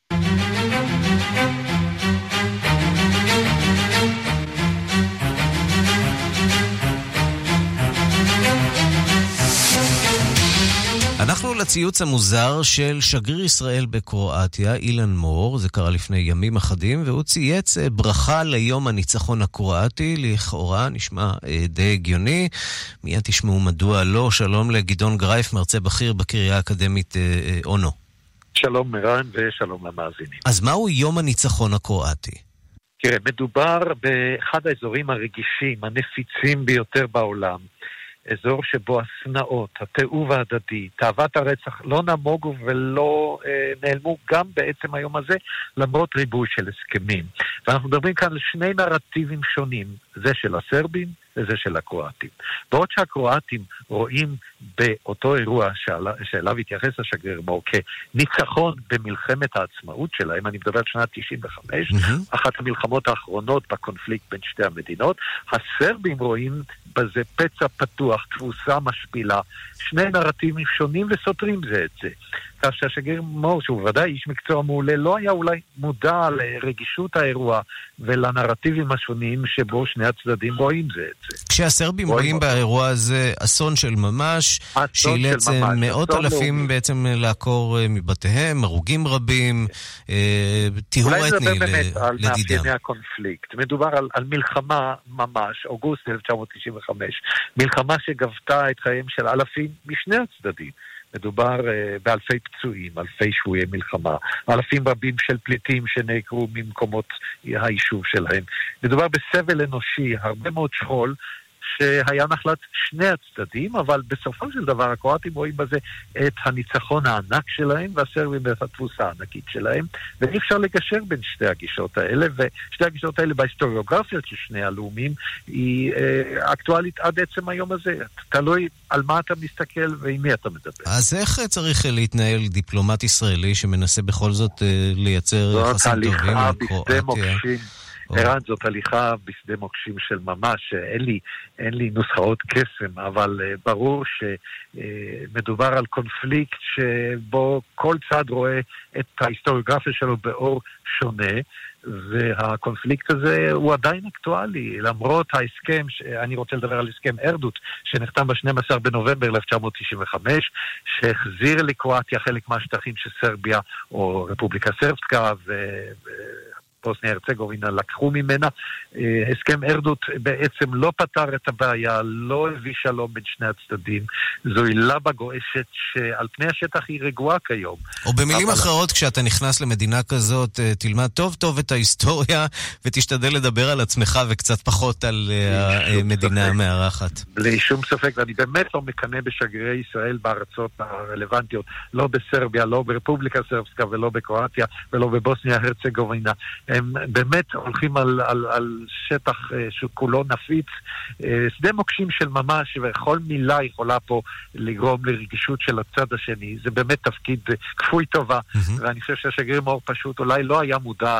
אנחנו לציוץ המוזר של שגריר ישראל בקרואטיה, אילן מור, זה קרה לפני ימים אחדים, והוא צייץ ברכה ליום הניצחון הקרואטי, לכאורה נשמע די הגיוני, מיד תשמעו מדוע לא. שלום לגדעון גרייף, מרצה בכיר בקריה האקדמית אונו. שלום מירן ושלום למאזינים. אז מהו יום הניצחון הקרואטי? תראה, מדובר באחד האזורים הרגישים, הנפיצים ביותר בעולם. אזור שבו הסנאות, התיעוב ההדדי, תאוות הרצח לא נמוגו ולא נעלמו גם בעצם היום הזה, למרות ריבוי של הסכמים. ואנחנו מדברים כאן על שני נרטיבים שונים, זה של הסרבים וזה של הקרואטים. בעוד שהקרואטים רואים באותו אירוע שאליו התייחס השגריר מור כניצחון במלחמת העצמאות שלהם, אני מדבר על שנת 95, אחת המלחמות האחרונות בקונפליקט בין שתי המדינות, הסרבים רואים בזה פצע פתוח, תבוסה משפילה, שני נרטיבים שונים וסותרים זה את זה. כך שהשגריר מור, שהוא ודאי איש מקצוע מעולה, לא היה אולי מודע לרגישות האירוע ולנרטיבים השונים שבו שני הצדדים רואים זה את זה. כשהסרבים רואים באירוע הזה אסון של ממש, שאילץ מאות אלפים בעצם לעקור מבתיהם, הרוגים רבים, טיהור אתני לדידם. אולי נדבר באמת על מאפייני הקונפליקט. מדובר על מלחמה ממש, אוגוסט 1995, מלחמה שגבתה את חייהם של אלפים משני הצדדים. מדובר באלפי פצועים, אלפי שבויי מלחמה, אלפים רבים של פליטים שנעקרו ממקומות היישוב שלהם. מדובר בסבל אנושי, הרבה מאוד שכול, שהיה נחלת שני הצדדים, אבל בסופו של דבר הקרואטים רואים בזה את הניצחון הענק שלהם, והסרבים את התבוסה הענקית שלהם, ואי אפשר לגשר בין שתי הגישות האלה, ושתי הגישות האלה בהיסטוריוגרפיה של שני הלאומים, היא אקטואלית עד עצם היום הזה. תלוי על מה אתה מסתכל ועם מי אתה מדבר. אז איך צריך להתנהל דיפלומט ישראלי שמנסה בכל זאת לייצר יחסים טובים עם קרואטיה? ערן, זאת הליכה בשדה מוקשים של ממש, אין לי נוסחאות קסם, אבל ברור שמדובר על קונפליקט שבו כל צד רואה את ההיסטוריוגרפיה שלו באור שונה, והקונפליקט הזה הוא עדיין אקטואלי, למרות ההסכם, אני רוצה לדבר על הסכם ארדות, שנחתם ב-12 בנובמבר 1995, שהחזיר לקרואטיה חלק מהשטחים של סרביה, או רפובליקה סרבסקה, בוסניה הרצגובינה לקחו ממנה. הסכם ארדות בעצם לא פתר את הבעיה, לא הביא שלום בין שני הצדדים. זוהי לבה גועשת שעל פני השטח היא רגועה כיום. או במילים אחרות, כשאתה נכנס למדינה כזאת, תלמד טוב טוב את ההיסטוריה ותשתדל לדבר על עצמך וקצת פחות על המדינה המארחת. בלי שום ספק, ואני באמת לא מקנא בשגרירי ישראל בארצות הרלוונטיות, לא בסרביה, לא ברפובליקה סרבסקה ולא בקרואטיה ולא בבוסניה הרצגובינה. הם באמת הולכים על שטח שכולו נפיץ, שדה מוקשים של ממש, וכל מילה יכולה פה לגרום לרגישות של הצד השני. זה באמת תפקיד כפוי טובה, ואני חושב שהשגריר מור פשוט אולי לא היה מודע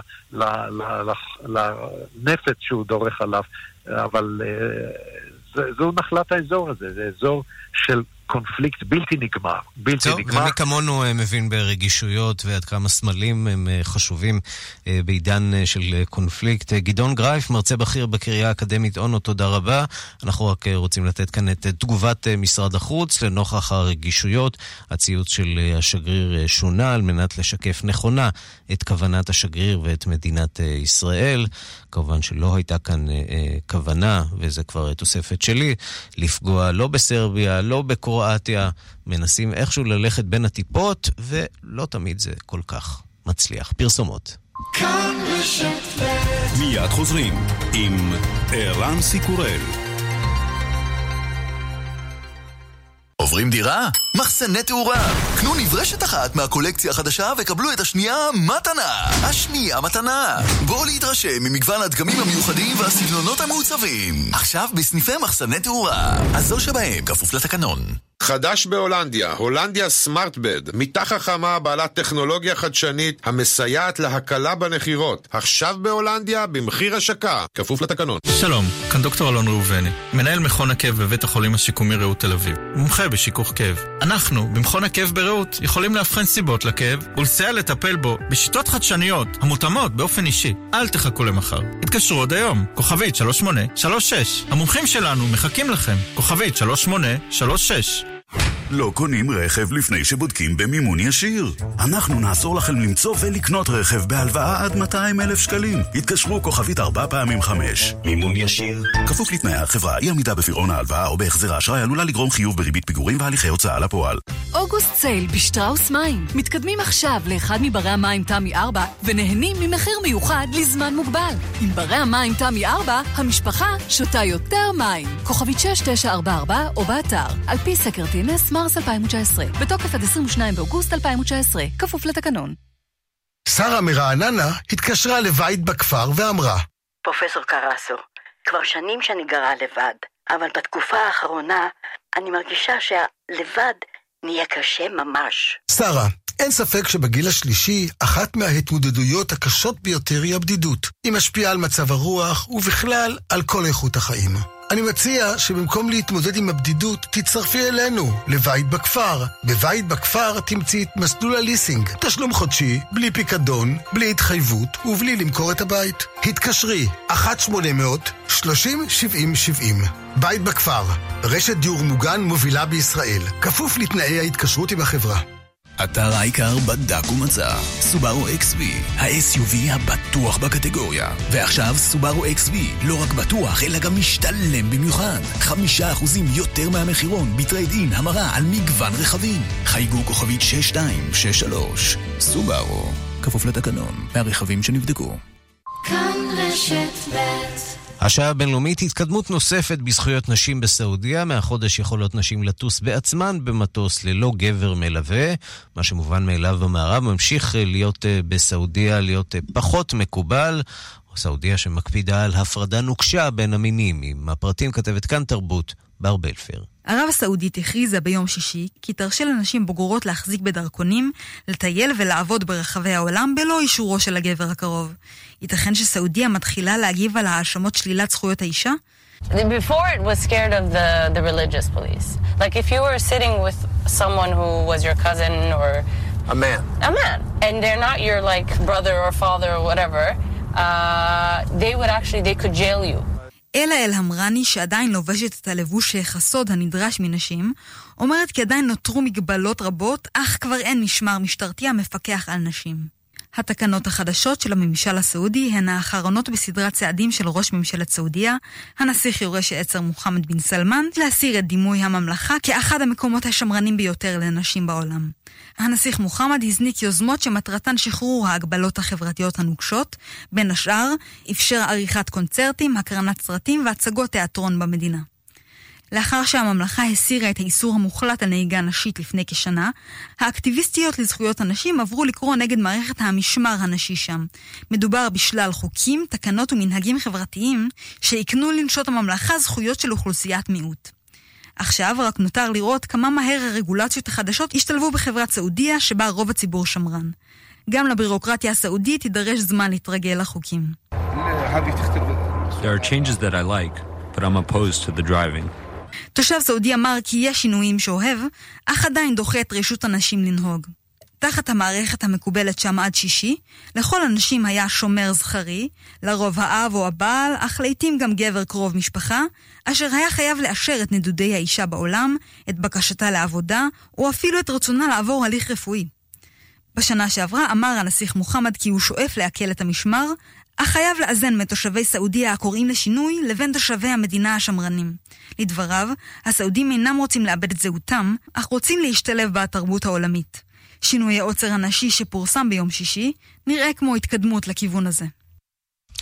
לנפץ שהוא דורך עליו, אבל זו נחלת האזור הזה, זה אזור של קונפליקט בלתי נגמר. טוב, ומי כמונו מבין ברגישויות ועד כמה סמלים הם חשובים בעידן של קונפליקט. גדעון גרייף, מרצה בכיר בקריה האקדמית אונו, תודה רבה. אנחנו רק רוצים לתת כאן את תגובת משרד החוץ לנוכח הרגישויות. הציוץ של השגריר שונה על מנת לשקף נכונה את כוונת השגריר ואת מדינת ישראל. כמובן שלא הייתה כאן כוונה, וזה כבר תוספת שלי, לפגוע לא בסרביה, לא בקרואטיה. מנסים איכשהו ללכת בין הטיפות, ולא תמיד זה כל כך מצליח. פרסומות. מיד חוזרים עם ערן סיקורל. עוברים דירה? מחסני תאורה. קנו נברשת אחת מהקולקציה החדשה וקבלו את השנייה מתנה. השנייה מתנה. בואו להתרשם ממגוון הדגמים המיוחדים והסגנונות המעוצבים. עכשיו בסניפי מחסני תאורה. אז זו שבהם כפוף לתקנון. חדש בהולנדיה, הולנדיה סמארטבד, מיטה חכמה בעלת טכנולוגיה חדשנית המסייעת להקלה בנחירות. עכשיו בהולנדיה במחיר השקה, כפוף לתקנון. שלום, כאן דוקטור אלון ראובני, מנהל מכון הכאב בבית החולים השיקומי רעות תל אביב, מומחה בשיכוך כאב. אנחנו, במכון הכאב ברעות, יכולים להבחן סיבות לכאב ולסייע לטפל בו בשיטות חדשניות המותאמות באופן אישי. אל תחכו למחר. התקשרו עוד היום, כוכבית 3836. המומחים שלנו מחכים לכם, כוכבית 3836. לא קונים רכב לפני שבודקים במימון ישיר. אנחנו נעזור לכם למצוא ולקנות רכב בהלוואה עד 200,000 שקלים. התקשרו כוכבית 4x5. מימון ישיר. כפוף לתנאי החברה, אי עמידה בפירעון ההלוואה או בהחזר האשראי עלולה לגרום חיוב בריבית פיגורים והליכי הוצאה לפועל. אוגוסט סייל בשטראוס מים. מתקדמים עכשיו לאחד מברי המים תמי 4 ונהנים ממחיר מיוחד לזמן מוגבל. עם ברי המים תמי 4, המשפחה שותה יותר מים. כוכבית 6944 או באתר. על פי סקר TNS מרס 2019. בתוקף עד 22 באוגוסט 2019. כפוף לתקנון. שרה מרעננה התקשרה לבית בכפר ואמרה: פרופסור קרסו, כבר שנים שאני גרה לבד, אבל בתקופה האחרונה אני מרגישה שהלבד נהיה קשה ממש. שרה, אין ספק שבגיל השלישי, אחת מההתמודדויות הקשות ביותר היא הבדידות. היא משפיעה על מצב הרוח ובכלל על כל איכות החיים. אני מציע שבמקום להתמודד עם הבדידות, תצטרפי אלינו, לבית בכפר. בבית בכפר תמצאי את מסלול הליסינג. תשלום חודשי, בלי פיקדון, בלי התחייבות ובלי למכור את הבית. התקשרי, 1-800-30-70-70. בית בכפר, רשת דיור מוגן מובילה בישראל. כפוף לתנאי ההתקשרות עם החברה. אתר העיקר בדק ומצא. סובארו XV, ה-SUV הבטוח בקטגוריה. ועכשיו סובארו XV לא רק בטוח, אלא גם משתלם במיוחד. 5% יותר מהמחירון בטרייד אין המרה על מגוון רכבים. חייגו כוכבית 6263. סובארו, כפוף לתקנון, מהרכבים שנבדקו. כאן רשת ב'. השעה הבינלאומית, התקדמות נוספת בזכויות נשים בסעודיה. מהחודש יכולות נשים לטוס בעצמן במטוס ללא גבר מלווה. מה שמובן מאליו במערב ממשיך להיות בסעודיה להיות פחות מקובל. סעודיה שמקפידה על הפרדה נוקשה בין המינים. עם הפרטים כתבת כאן תרבות בר בלפר. ערב הסעודית הכריזה ביום שישי כי תרשה לנשים בוגרות להחזיק בדרכונים, לטייל ולעבוד ברחבי העולם בלא אישורו של הגבר הקרוב. ייתכן שסעודיה מתחילה להגיב על האשמות שלילת זכויות האישה? Before it was scared of the religious police. Like if you were sitting with someone who was your cousin or a man, and they're not your like brother or father or whatever, they could jail you. אלה אל-המרני, שעדיין לובשת את הלבוש החסוד הנדרש מנשים, אומרת כי עדיין נותרו מגבלות רבות, אך כבר אין משמר משטרתי המפקח על נשים. התקנות החדשות של הממשל הסעודי הן האחרונות בסדרת צעדים של ראש ממשלת סעודיה, הנסיך יורש העצר מוחמד בן סלמן, להסיר את דימוי הממלכה כאחד המקומות השמרנים ביותר לנשים בעולם. הנסיך מוחמד הזניק יוזמות שמטרתן שחרור ההגבלות החברתיות הנוקשות, בין השאר אפשר עריכת קונצרטים, הקרנת סרטים והצגות תיאטרון במדינה. לאחר שהממלכה הסירה את האיסור המוחלט על נהיגה נשית לפני כשנה, האקטיביסטיות לזכויות הנשים עברו לקרוא נגד מערכת המשמר הנשי שם. מדובר בשלל חוקים, תקנות ומנהגים חברתיים שיקנו לנשות הממלכה זכויות של אוכלוסיית מיעוט. עכשיו רק נותר לראות כמה מהר הרגולציות החדשות ישתלבו בחברת סעודיה שבה רוב הציבור שמרן. גם לבירוקרטיה הסעודית יידרש זמן להתרגל לחוקים. There are changes that I like, but I'm opposed to the driving. תושב סעודי אמר כי יש שינויים שאוהב, אך עדיין דוחה את רשות הנשים לנהוג. תחת המערכת המקובלת שם עד שישי, לכל הנשים היה שומר זכרי, לרוב האב או הבעל, אך לעתים גם גבר קרוב משפחה, אשר היה חייב לאשר את נדודי האישה בעולם, את בקשתה לעבודה, או אפילו את רצונה לעבור הליך רפואי. בשנה שעברה אמר הנסיך מוחמד כי הוא שואף להקל את המשמר, אך חייב לאזן מתושבי סעודיה הקוראים לשינוי לבין תושבי המדינה השמרנים. לדבריו, הסעודים אינם רוצים לאבד את זהותם, אך רוצים להשתלב בתרבות העולמית. שינוי העוצר הנשי שפורסם ביום שישי נראה כמו התקדמות לכיוון הזה.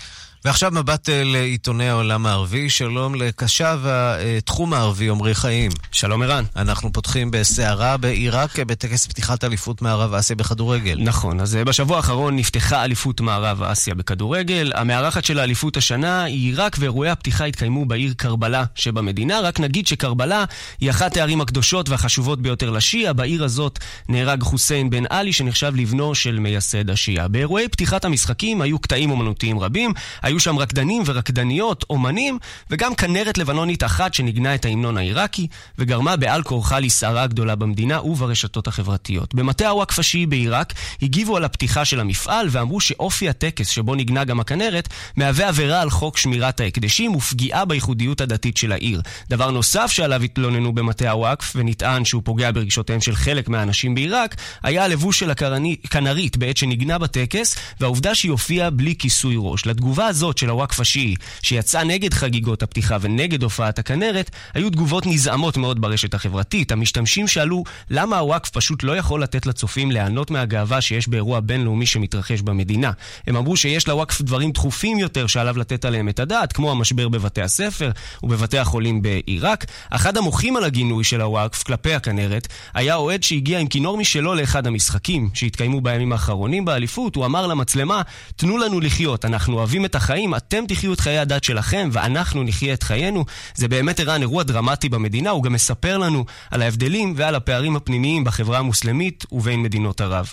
ועכשיו מבט לעיתוני העולם הערבי. שלום לקשב התחום הערבי עמרי חיים. שלום ערן. אנחנו פותחים בסערה בעיראק בטקס פתיחת אליפות מערב אסיה בכדורגל. נכון, אז בשבוע האחרון נפתחה אליפות מערב אסיה בכדורגל. המארחת של האליפות השנה היא עיראק, ואירועי הפתיחה התקיימו בעיר קרבלה שבמדינה. רק נגיד שקרבלה היא אחת הערים הקדושות והחשובות ביותר לשיעה. בעיר הזאת נהרג חוסיין בן עלי שנחשב לבנו של מייסד השיעה. באירועי פתיחת המשחקים היו קטעים אומנותיים רבים, היו שם רקדנים ורקדניות, אומנים, וגם כנרת לבנונית אחת שנגנה את ההמנון העיראקי, וגרמה בעל כורחה לסערה גדולה במדינה וברשתות החברתיות. במטה הוואקף השיעי בעיראק הגיבו על הפתיחה של המפעל, ואמרו שאופי הטקס שבו נגנה גם הכנרת, מהווה עבירה על חוק שמירת ההקדשים ופגיעה בייחודיות הדתית של העיר. דבר נוסף שעליו התלוננו במטה הוואקף, ונטען שהוא פוגע ברגשותיהם של חלק מהאנשים בעיראק, היה הלבוש של הכנרית בעת שנגנה בטקס, והעובדה שהיא הופיעה בלי כיסוי ראש. לתגובה הזאת של הוואקף השיעי, שיצא נגד חגיגות הפתיחה ונגד הופעת הכנרת, היו תגובות נזעמות מאוד ברשת החברתית. המשתמשים שאלו למה הוואקף פשוט לא יכול לתת לצופים ליהנות מהגאווה שיש באירוע בינלאומי שמתרחש במדינה. הם אמרו שיש לוואקף דברים דחופים יותר שעליו לתת עליהם את הדעת, כמו המשבר בבתי הספר ובבתי החולים בעיראק. אחד המוחים על הגינוי של הוואקף כלפי הכנרת היה אוהד שהגיע עם כינור משלו לאחד המשחקים שהתקיימו בימים האחרונים באליפות. הוא אמר למצלמה, תנו לנו לחיות, אנחנו אוהבים את החיים, אתם תחיו את חיי הדת שלכם ואנחנו נחיה את חיינו. זה באמת אירוע דרמטי במדינה. הוא גם מספר לנו על ההבדלים ועל הפערים הפנימיים בחברה המוסלמית ובין מדינות ערב.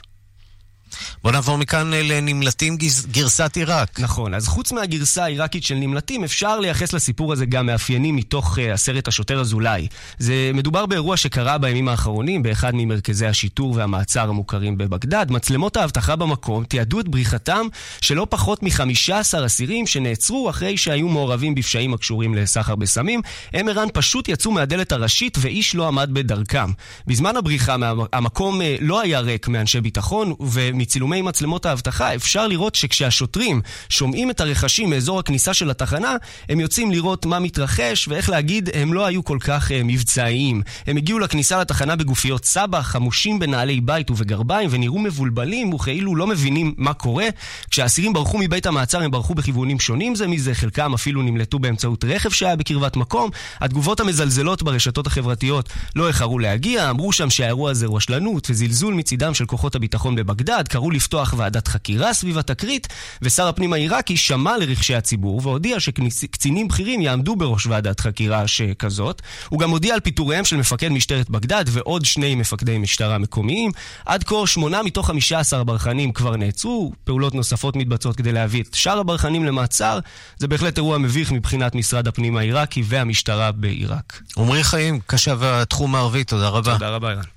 בוא נעבור מכאן לנמלטים גרסת עיראק. נכון, אז חוץ מהגרסה העיראקית של נמלטים, אפשר לייחס לסיפור הזה גם מאפיינים מתוך הסרט השוטר אזולאי. זה מדובר באירוע שקרה בימים האחרונים באחד ממרכזי השיטור והמעצר המוכרים בבגדד. מצלמות האבטחה במקום תיעדו את בריחתם של לא פחות מ-15 אסירים שנעצרו אחרי שהיו מעורבים בפשעים הקשורים לסחר בסמים. הם ערן פשוט יצאו מהדלת הראשית ואיש לא עמד בדרכם. בזמן הבריחה המקום לא היה ריק מאנשי ביטחון, מצילומי מצלמות האבטחה אפשר לראות שכשהשוטרים שומעים את הרכשים מאזור הכניסה של התחנה, הם יוצאים לראות מה מתרחש, ואיך להגיד, הם לא היו כל כך מבצעיים. הם הגיעו לכניסה לתחנה בגופיות סבא, חמושים בנעלי בית ובגרביים, ונראו מבולבלים וכאילו לא מבינים מה קורה. כשהאסירים ברחו מבית המעצר הם ברחו בכיוונים שונים זה מזה, חלקם אפילו נמלטו באמצעות רכב שהיה בקרבת מקום. התגובות המזלזלות ברשתות החברתיות לא איחרו להגיע, אמרו שם שהאירוע הזה רשלנות וזלזול מצידם של כוחות הביטחון בבגדד, קראו לפתוח ועדת חקירה סביב התקרית, ושר הפנים העיראקי שמע לרחשי הציבור והודיע שקצינים בכירים יעמדו בראש ועדת חקירה שכזאת. הוא גם הודיע על פיטוריהם של מפקד משטרת בגדד ועוד 2 מפקדי משטרה מקומיים. עד כה 8 מתוך 15 ברחנים כבר נעצרו, פעולות נוספות מתבצעות כדי להביא את שאר הברחנים למעצר. זה בהחלט אירוע מביך מבחינת משרד הפנים העיראקי והמשטרה בעיראק. עמרי חיים, קשב התחום הערבי, תודה רבה. תודה רבה, אירן.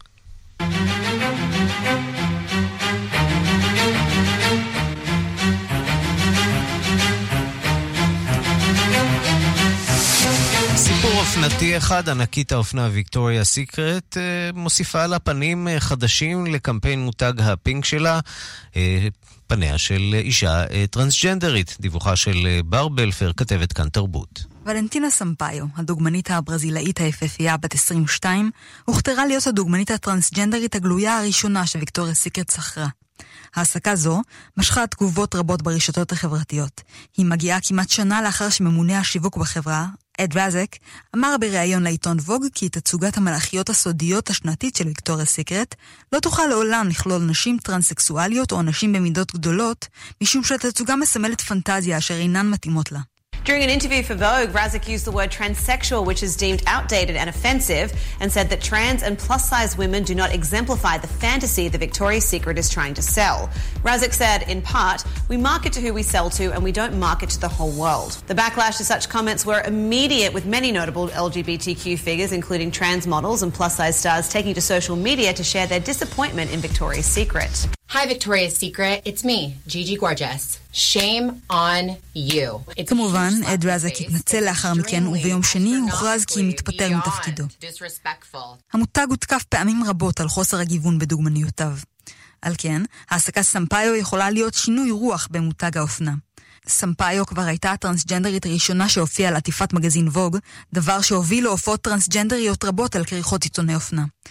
סיפור אופנתי אחד, ענקית האופנה ויקטוריה סיקרט מוסיפה לה פנים חדשים לקמפיין מותג הפינק שלה, פניה של אישה טרנסג'נדרית. דיווחה של בר בלפר, כתבת כאן תרבות. ולנטינה סמפאיו, הדוגמנית הברזילאית היפהפייה בת 22, הוכתרה להיות הדוגמנית הטרנסג'נדרית הגלויה הראשונה שוויקטוריה סיקרט שכרה. העסקה זו משכה תגובות רבות ברשתות החברתיות. היא מגיעה כמעט שנה לאחר שממונה השיווק בחברה, אד רזק, אמר בריאיון לעיתון ווג כי תצוגת המלאכיות הסודיות השנתית של ויקטוריה סיקרט לא תוכל לעולם לכלול נשים טרנסקסואליות או נשים במידות גדולות, משום שהתצוגה מסמלת פנטזיה אשר אינן מתאימות לה. During an interview for Vogue, Razik used the word transsexual, which is deemed outdated and offensive, and said that trans and plus-size women do not exemplify the fantasy the Victoria's Secret is trying to sell. Razik said, in part, we market to who we sell to and we don't market to the whole world. The backlash to such comments were immediate, with many notable LGBTQ figures, including trans models and plus-size stars, taking to social media to share their disappointment in Victoria's Secret. Hi, Victoria's Secret. It's me, Gigi Gorgeous. Shame on you. כמובן, אד רזק התנצל לאחר מכן, וביום שני הוכרז כי מתפטר מתפקידו. המותג הותקף פעמים רבות על חוסר הגיוון בדוגמניותיו. על כן, העסקה סמפאיו יכולה להיות שינוי רוח במותג האופנה. סמפאיו כבר הייתה הטרנסג'נדרית הראשונה שהופיעה על עטיפת מגזין ווג, דבר שהוביל להופעות טרנסג'נדריות רבות על כריכות עיתוני אופנה.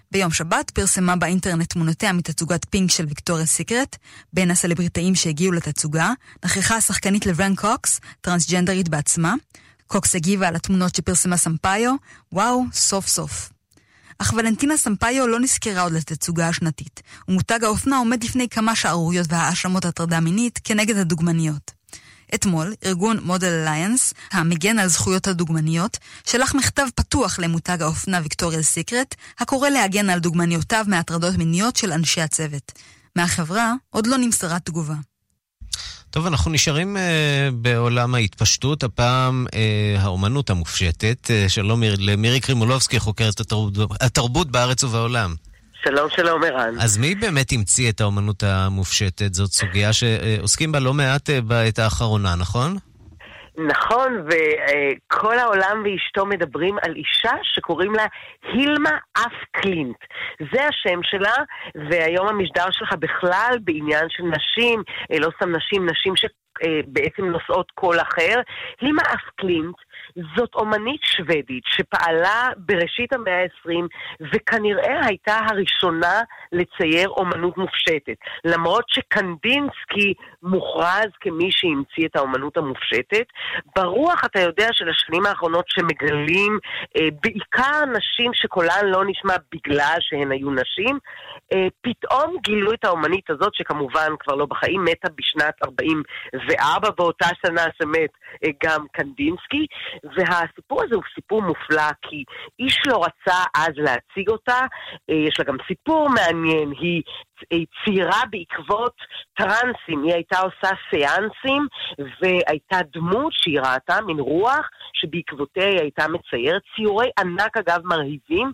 ביום שבת פרסמה באינטרנט תמונותיה מתצוגת פינק של ויקטוריה סיקרט. בין הסלבריטאים שהגיעו לתצוגה נכחה השחקנית לברן קוקס, טרנסג'נדרית בעצמה. קוקס הגיבה על התמונות שפרסמה סמפאיו, וואו, סוף סוף. אך ולנטינה סמפאיו לא נזכרה עוד לתצוגה השנתית, ומותג האופנה עומד לפני כמה שערוריות והאשמות הטרדה מינית כנגד הדוגמניות. אתמול, ארגון מודל אליינס, המגן על זכויות הדוגמניות, שלח מכתב פתוח למותג האופנה ויקטוריה סיקרט, הקורא להגן על דוגמניותיו מהטרדות מיניות של אנשי הצוות. מהחברה עוד לא נמסרה תגובה. טוב, אנחנו נשארים בעולם ההתפשטות, הפעם האומנות המופשטת. שלום למירי קרימולובסקי, חוקרת התרבות בארץ ובעולם. שלום, שלום, ערן. אז מי באמת המציא את האומנות המופשטת? זאת סוגיה שעוסקים בה לא מעט בעת האחרונה, נכון? נכון, וכל העולם ואשתו מדברים על אישה שקוראים לה הילמה אף קלינט. זה השם שלה, והיום המשדר שלך בכלל בעניין של נשים, לא סתם נשים שבעצם נושאות קול אחר. הילמה אף קלינט זאת אומנית שוודית שפעלה בראשית המאה ה-20 וכנראה הייתה הראשונה לצייר אומנות מופשטת. למרות שקנדינסקי מוכרז כמי שהמציא את האומנות המופשטת, ברוח אתה יודע של השנים האחרונות שמגלים בעיקר נשים שקולן לא נשמע בגלל שהן היו נשים, פתאום גילו את האומנית הזאת שכמובן כבר לא בחיים, מתה בשנת 44 באותה שנה שמת גם קנדינסקי, והסיפור הזה הוא סיפור מופלא כי איש לא רצה אז להציג אותה. יש לה גם סיפור מעניין, היא ציירה בעקבות טרנסים, היא הייתה עושה סיאנסים והייתה דמות שהיא ראתה, מין רוח שבעקבותיה היא הייתה מציירת ציורי ענק אגב מרהיבים,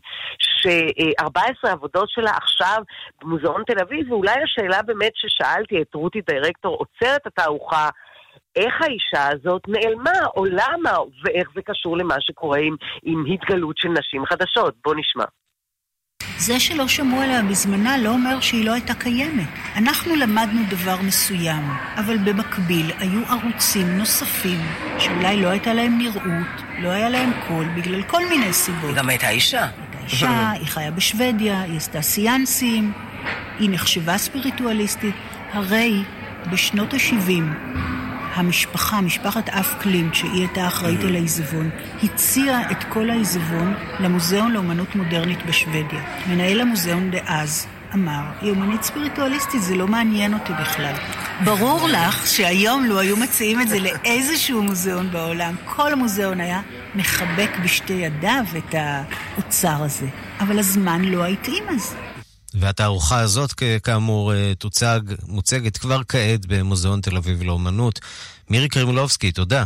ש14 עבודות שלה עכשיו במוזיאון תל אביב. ואולי השאלה באמת ששאלתי את רותי דירקטור עוצרת התערוכה, איך האישה הזאת נעלמה או למה, ואיך זה קשור למה שקורה עם התגלות של נשים חדשות. בוא נשמע. זה שלא שמעו עליה בזמנה לא אומר שהיא לא הייתה קיימת. אנחנו למדנו דבר מסוים, אבל במקביל היו ערוצים נוספים שאולי לא הייתה להם נראות, לא היה להם קול, בגלל כל מיני סיבות. היא גם הייתה אישה. הייתה אישה, היא חיה בשוודיה, היא עשתה סיאנסים, היא נחשבה ספיריטואליסטית. הרי בשנות ה-70 משפחת אף קלינט, שהיא הייתה אחראית על העיזבון, הציעה את כל העיזבון למוזיאון לאומנות מודרנית בשוודיה. מנהל המוזיאון דאז אמר, היא אומנית ספיריטואליסטית, זה לא מעניין אותי בכלל. ברור לך שהיום לא היו מציעים את זה לאיזשהו מוזיאון בעולם. כל המוזיאון היה מחבק בשתי ידיו את האוצר הזה. אבל הזמן לא התאים אז. והתערוכה הזאת, כאמור, מוצגת כבר כעת במוזיאון תל אביב לאומנות. מירי קרימולובסקי, תודה.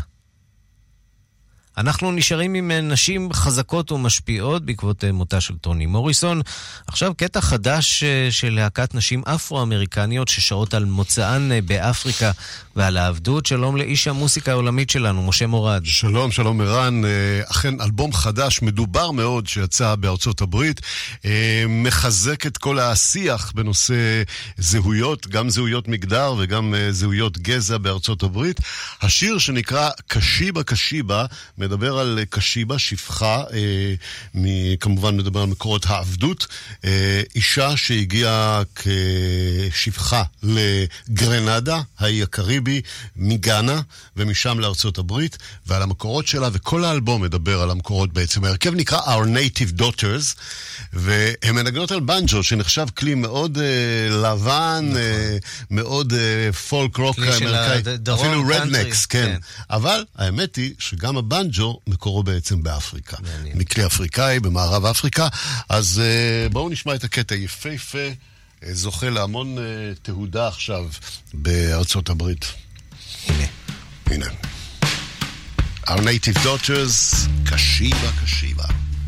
אנחנו נשארים עם נשים חזקות ומשפיעות בעקבות מותה של טוני מוריסון. עכשיו קטע חדש של להקת נשים אפרו-אמריקניות ששרות על מוצאן באפריקה ועל העבדות. שלום לאיש המוסיקה העולמית שלנו, משה מורד. שלום, שלום ערן. אכן אלבום חדש מדובר מאוד שיצא בארצות הברית, מחזק את כל השיח בנושא זהויות, גם זהויות מגדר וגם זהויות גזע בארצות הברית. השיר שנקרא קשיבה קשיבה מדבר על קשיבה, שפחה, כמובן מדבר על מקורות העבדות, אישה שהגיעה כשפחה לגרנדה, האי הקריבי, מגאנה, ומשם לארצות הברית, ועל המקורות שלה, וכל האלבום מדבר על המקורות בעצם. ההרכב נקרא Our Native Daughters, והן מנגנות על בנג'ו, שנחשב כלי מאוד לבן, מאוד פולק רוק אמריקאי, אפילו רדנקס, כן. אבל האמת היא שגם הבנג'ו מקורו בעצם באפריקה, מכלי אפריקאי, במערב אפריקה. אז בואו נשמע את הקטע יפהפה, זוכה להמון תהודה עכשיו בארצות הברית. הנה. Our Native Daughters, קשיבה קשיבה.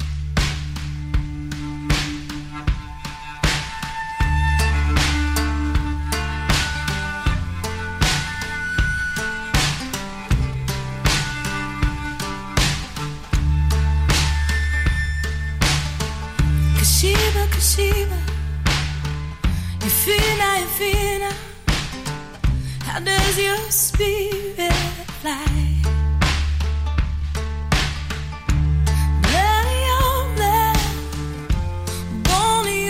Kashiba, Kashiba, Yafina, how does your spirit fly? Let your blood, born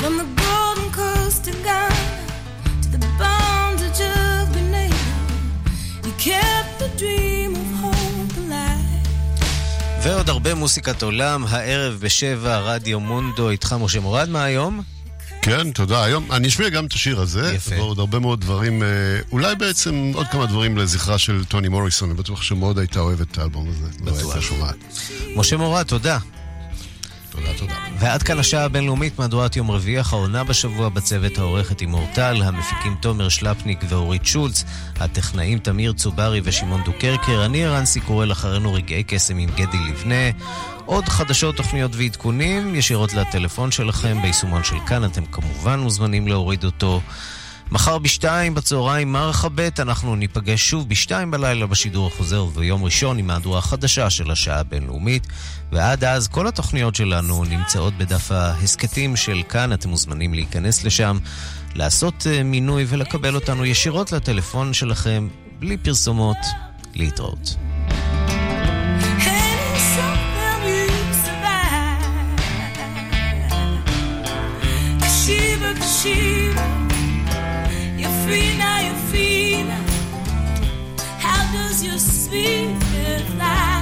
From the Golden Coast to Ghana, to the bondage of Grenada, you kept the dream of hope alive. ועוד הרבה מוסיקת עולם, הערב בשבע, רדיו מונדו, איתך משה מורד, מה היום? כן, תודה. היום אני אשמיע גם את השיר הזה, ועוד הרבה מאוד דברים, אולי בעצם עוד כמה דברים לזכרה של טוני מוריסון, אני בטוח שמאוד הייתה אוהבת את האלבום הזה. בטוח. לא הייתה שומעת. משה מורד, תודה. תודה. ועד כאן השעה הבינלאומית, מהדורת יום רביעי האחרונה בשבוע, בצוות העורכת עם אורטל, המפיקים תומר שלפניק ואורית שולץ, הטכנאים תמיר צוברי ושמעון דוקרקר, אני ערן סיקורל, אחרינו רגעי קסם עם גדי לבנה. עוד חדשות, תוכניות ועדכונים ישירות לטלפון שלכם ביישומון של כאן, אתם כמובן מוזמנים להוריד אותו. מחר בשתיים בצהריים מרחבת, אנחנו ניפגש שוב בשתיים בלילה בשידור החוזר, ויום ראשון עם מהדורה החדשה של השעה הבינלאומית, ועד אז כל התוכניות שלנו נמצאות בדף ההסקטים של כאן, אתם מוזמנים להיכנס לשם, לעשות מינוי ולקבל אותנו ישירות לטלפון שלכם, בלי פרסומות, להתראות. You're free now, you're free now. How does your spirit fly?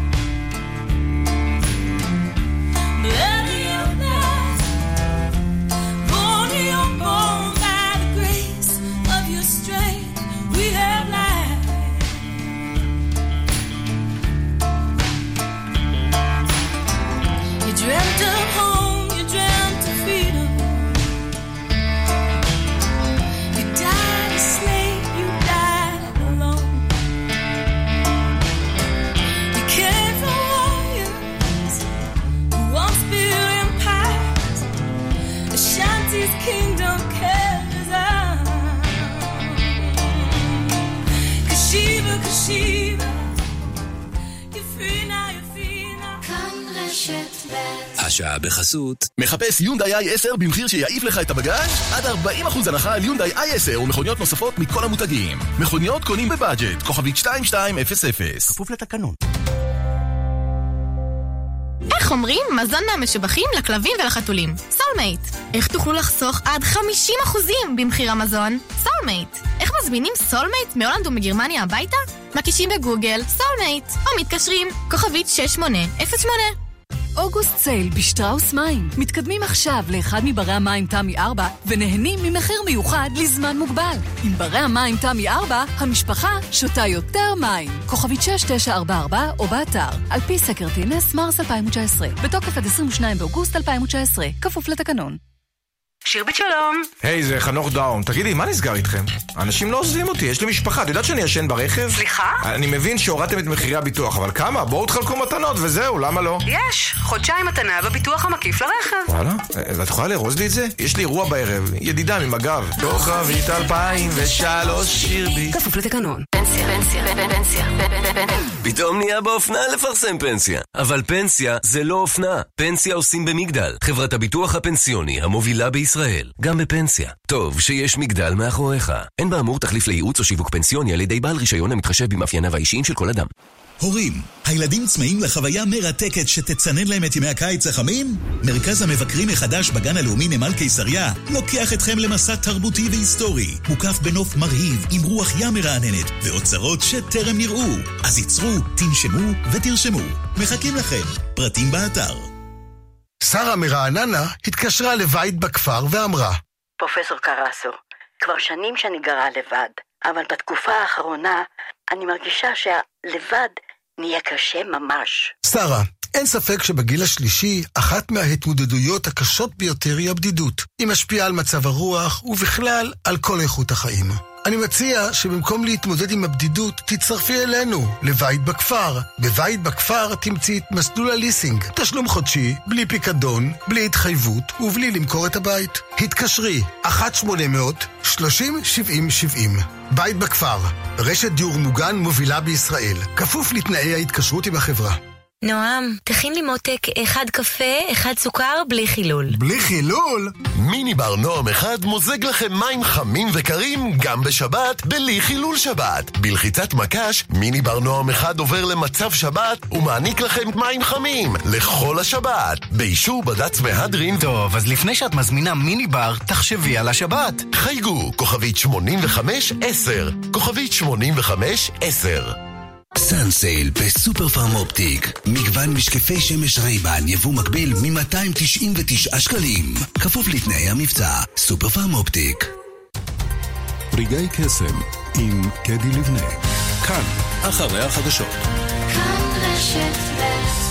Blood in your blood, born in your bone by the grace of your strength. We have life. You dreamt of home, you dreamt of freedom. Kingdom carries on. Kashiva, you're free now, you're free now. כאן רשת ב'. השעה בחסות. מחפש יונדאי i10 במחיר שיעיף לך את הבגאז'? עד 40% הנחה על יונדאי i10 ומכוניות נוספות מכל המותגים. מכוניות קונים בבאג'ט, כוכבית 2200. כפוף לתקנון. איך אומרים מזון מהמשובחים לכלבים ולחתולים? סולמייט. איך תוכלו לחסוך עד 50% במחיר המזון? סולמייט. איך מזמינים סולמייט מהולנד ומגרמניה הביתה? מקישים בגוגל סולמייט, או מתקשרים כוכבית 6808. אוגוסט סייל בשטראוס מים. מתקדמים עכשיו לאחד מברי המים תמי 4 ונהנים ממחיר מיוחד לזמן מוגבל. עם ברי המים תמי 4, המשפחה שותה יותר מים. כוכבית 6944 או באתר. על פי סקר טינס מרס 2019. בתוקף עד 22 באוגוסט 2019. כפוף לתקנון. שירבית שלום. היי, זה חנוך דאון. תגידי, מה נסגר איתכם? אנשים לא עוזבים אותי, יש לי משפחה. את יודעת שאני ישן ברכב? סליחה? אני מבין שהורדתם את מחירי הביטוח, אבל כמה? בואו תחלקו מתנות וזהו, למה לא? יש, חודשיים מתנה בביטוח המקיף לרכב. וואלה? ואת יכולה לרוז לי את זה? יש לי אירוע בערב, ידידה ממג"ב. כוכבית 2003 שירבית. כפוף לתקנון. פנסיה. פתאום נהיה באופנה לפרסם פנסיה. אבל פנסיה זה לא אופנה. פנסיה עושים במגדל, חברת הביטוח הפנסיוני המובילה בישראל. גם בפנסיה. טוב שיש מגדל מאחוריך. אין באמור תחליף לייעוץ או שיווק פנסיוני על ידי בעל רישיון המתחשב במאפייניו האישיים של כל אדם. הורים, הילדים צמאים לחוויה מרתקת שתצנן להם את ימי הקיץ החמים? מרכז המבקרים החדש בגן הלאומי נמל קיסריה לוקח אתכם למסע תרבותי והיסטורי, מוקף בנוף מרהיב עם רוח ים מרעננת ואוצרות שטרם נראו. אז ייצרו, תנשמו ותרשמו. מחכים לכם. פרטים באתר. שרה מרעננה התקשרה לבית בכפר ואמרה, פרופסור קרסו, כבר שנים שאני גרה לבד, אבל בתקופה האחרונה אני מרגישה שהלבד נהיה קשה ממש. שרה, אין ספק שבגיל השלישי, אחת מההתמודדויות הקשות ביותר היא הבדידות. היא משפיעה על מצב הרוח ובכלל על כל איכות החיים. אני מציע שבמקום להתמודד עם הבדידות, תצטרפי אלינו לבית בכפר. בבית בכפר תמצאי את מסלול הליסינג. תשלום חודשי, בלי פיקדון, בלי התחייבות ובלי למכור את הבית. התקשרי, 1-800-30-70-70. בית בכפר, רשת דיור מוגן מובילה בישראל. כפוף לתנאי ההתקשרות עם החברה. נועם, תכין לי מותק 1 קפה, 1 סוכר, בלי חילול. בלי חילול? מיני בר נועם אחד מוזג לכם מים חמים וקרים גם בשבת, בלי חילול שבת. בלחיצת מקש, מיני בר נועם אחד עובר למצב שבת ומעניק לכם מים חמים לכל השבת. באישור בד"ץ מהדרין. טוב, אז לפני שאת מזמינה מיני בר, תחשבי על השבת. חייגו, כוכבית 8510, כוכבית 8510. סאנסייל בסופר פארם אופטיק. מגוון משקפי שמש רייבן יבוא מקביל מ-299 שקלים. כפוף לתנאי המבצע. סופר פארם אופטיק. רגעי קסם עם קדי לבנה. כאן, אחרי החדשות. כאן רשת ב'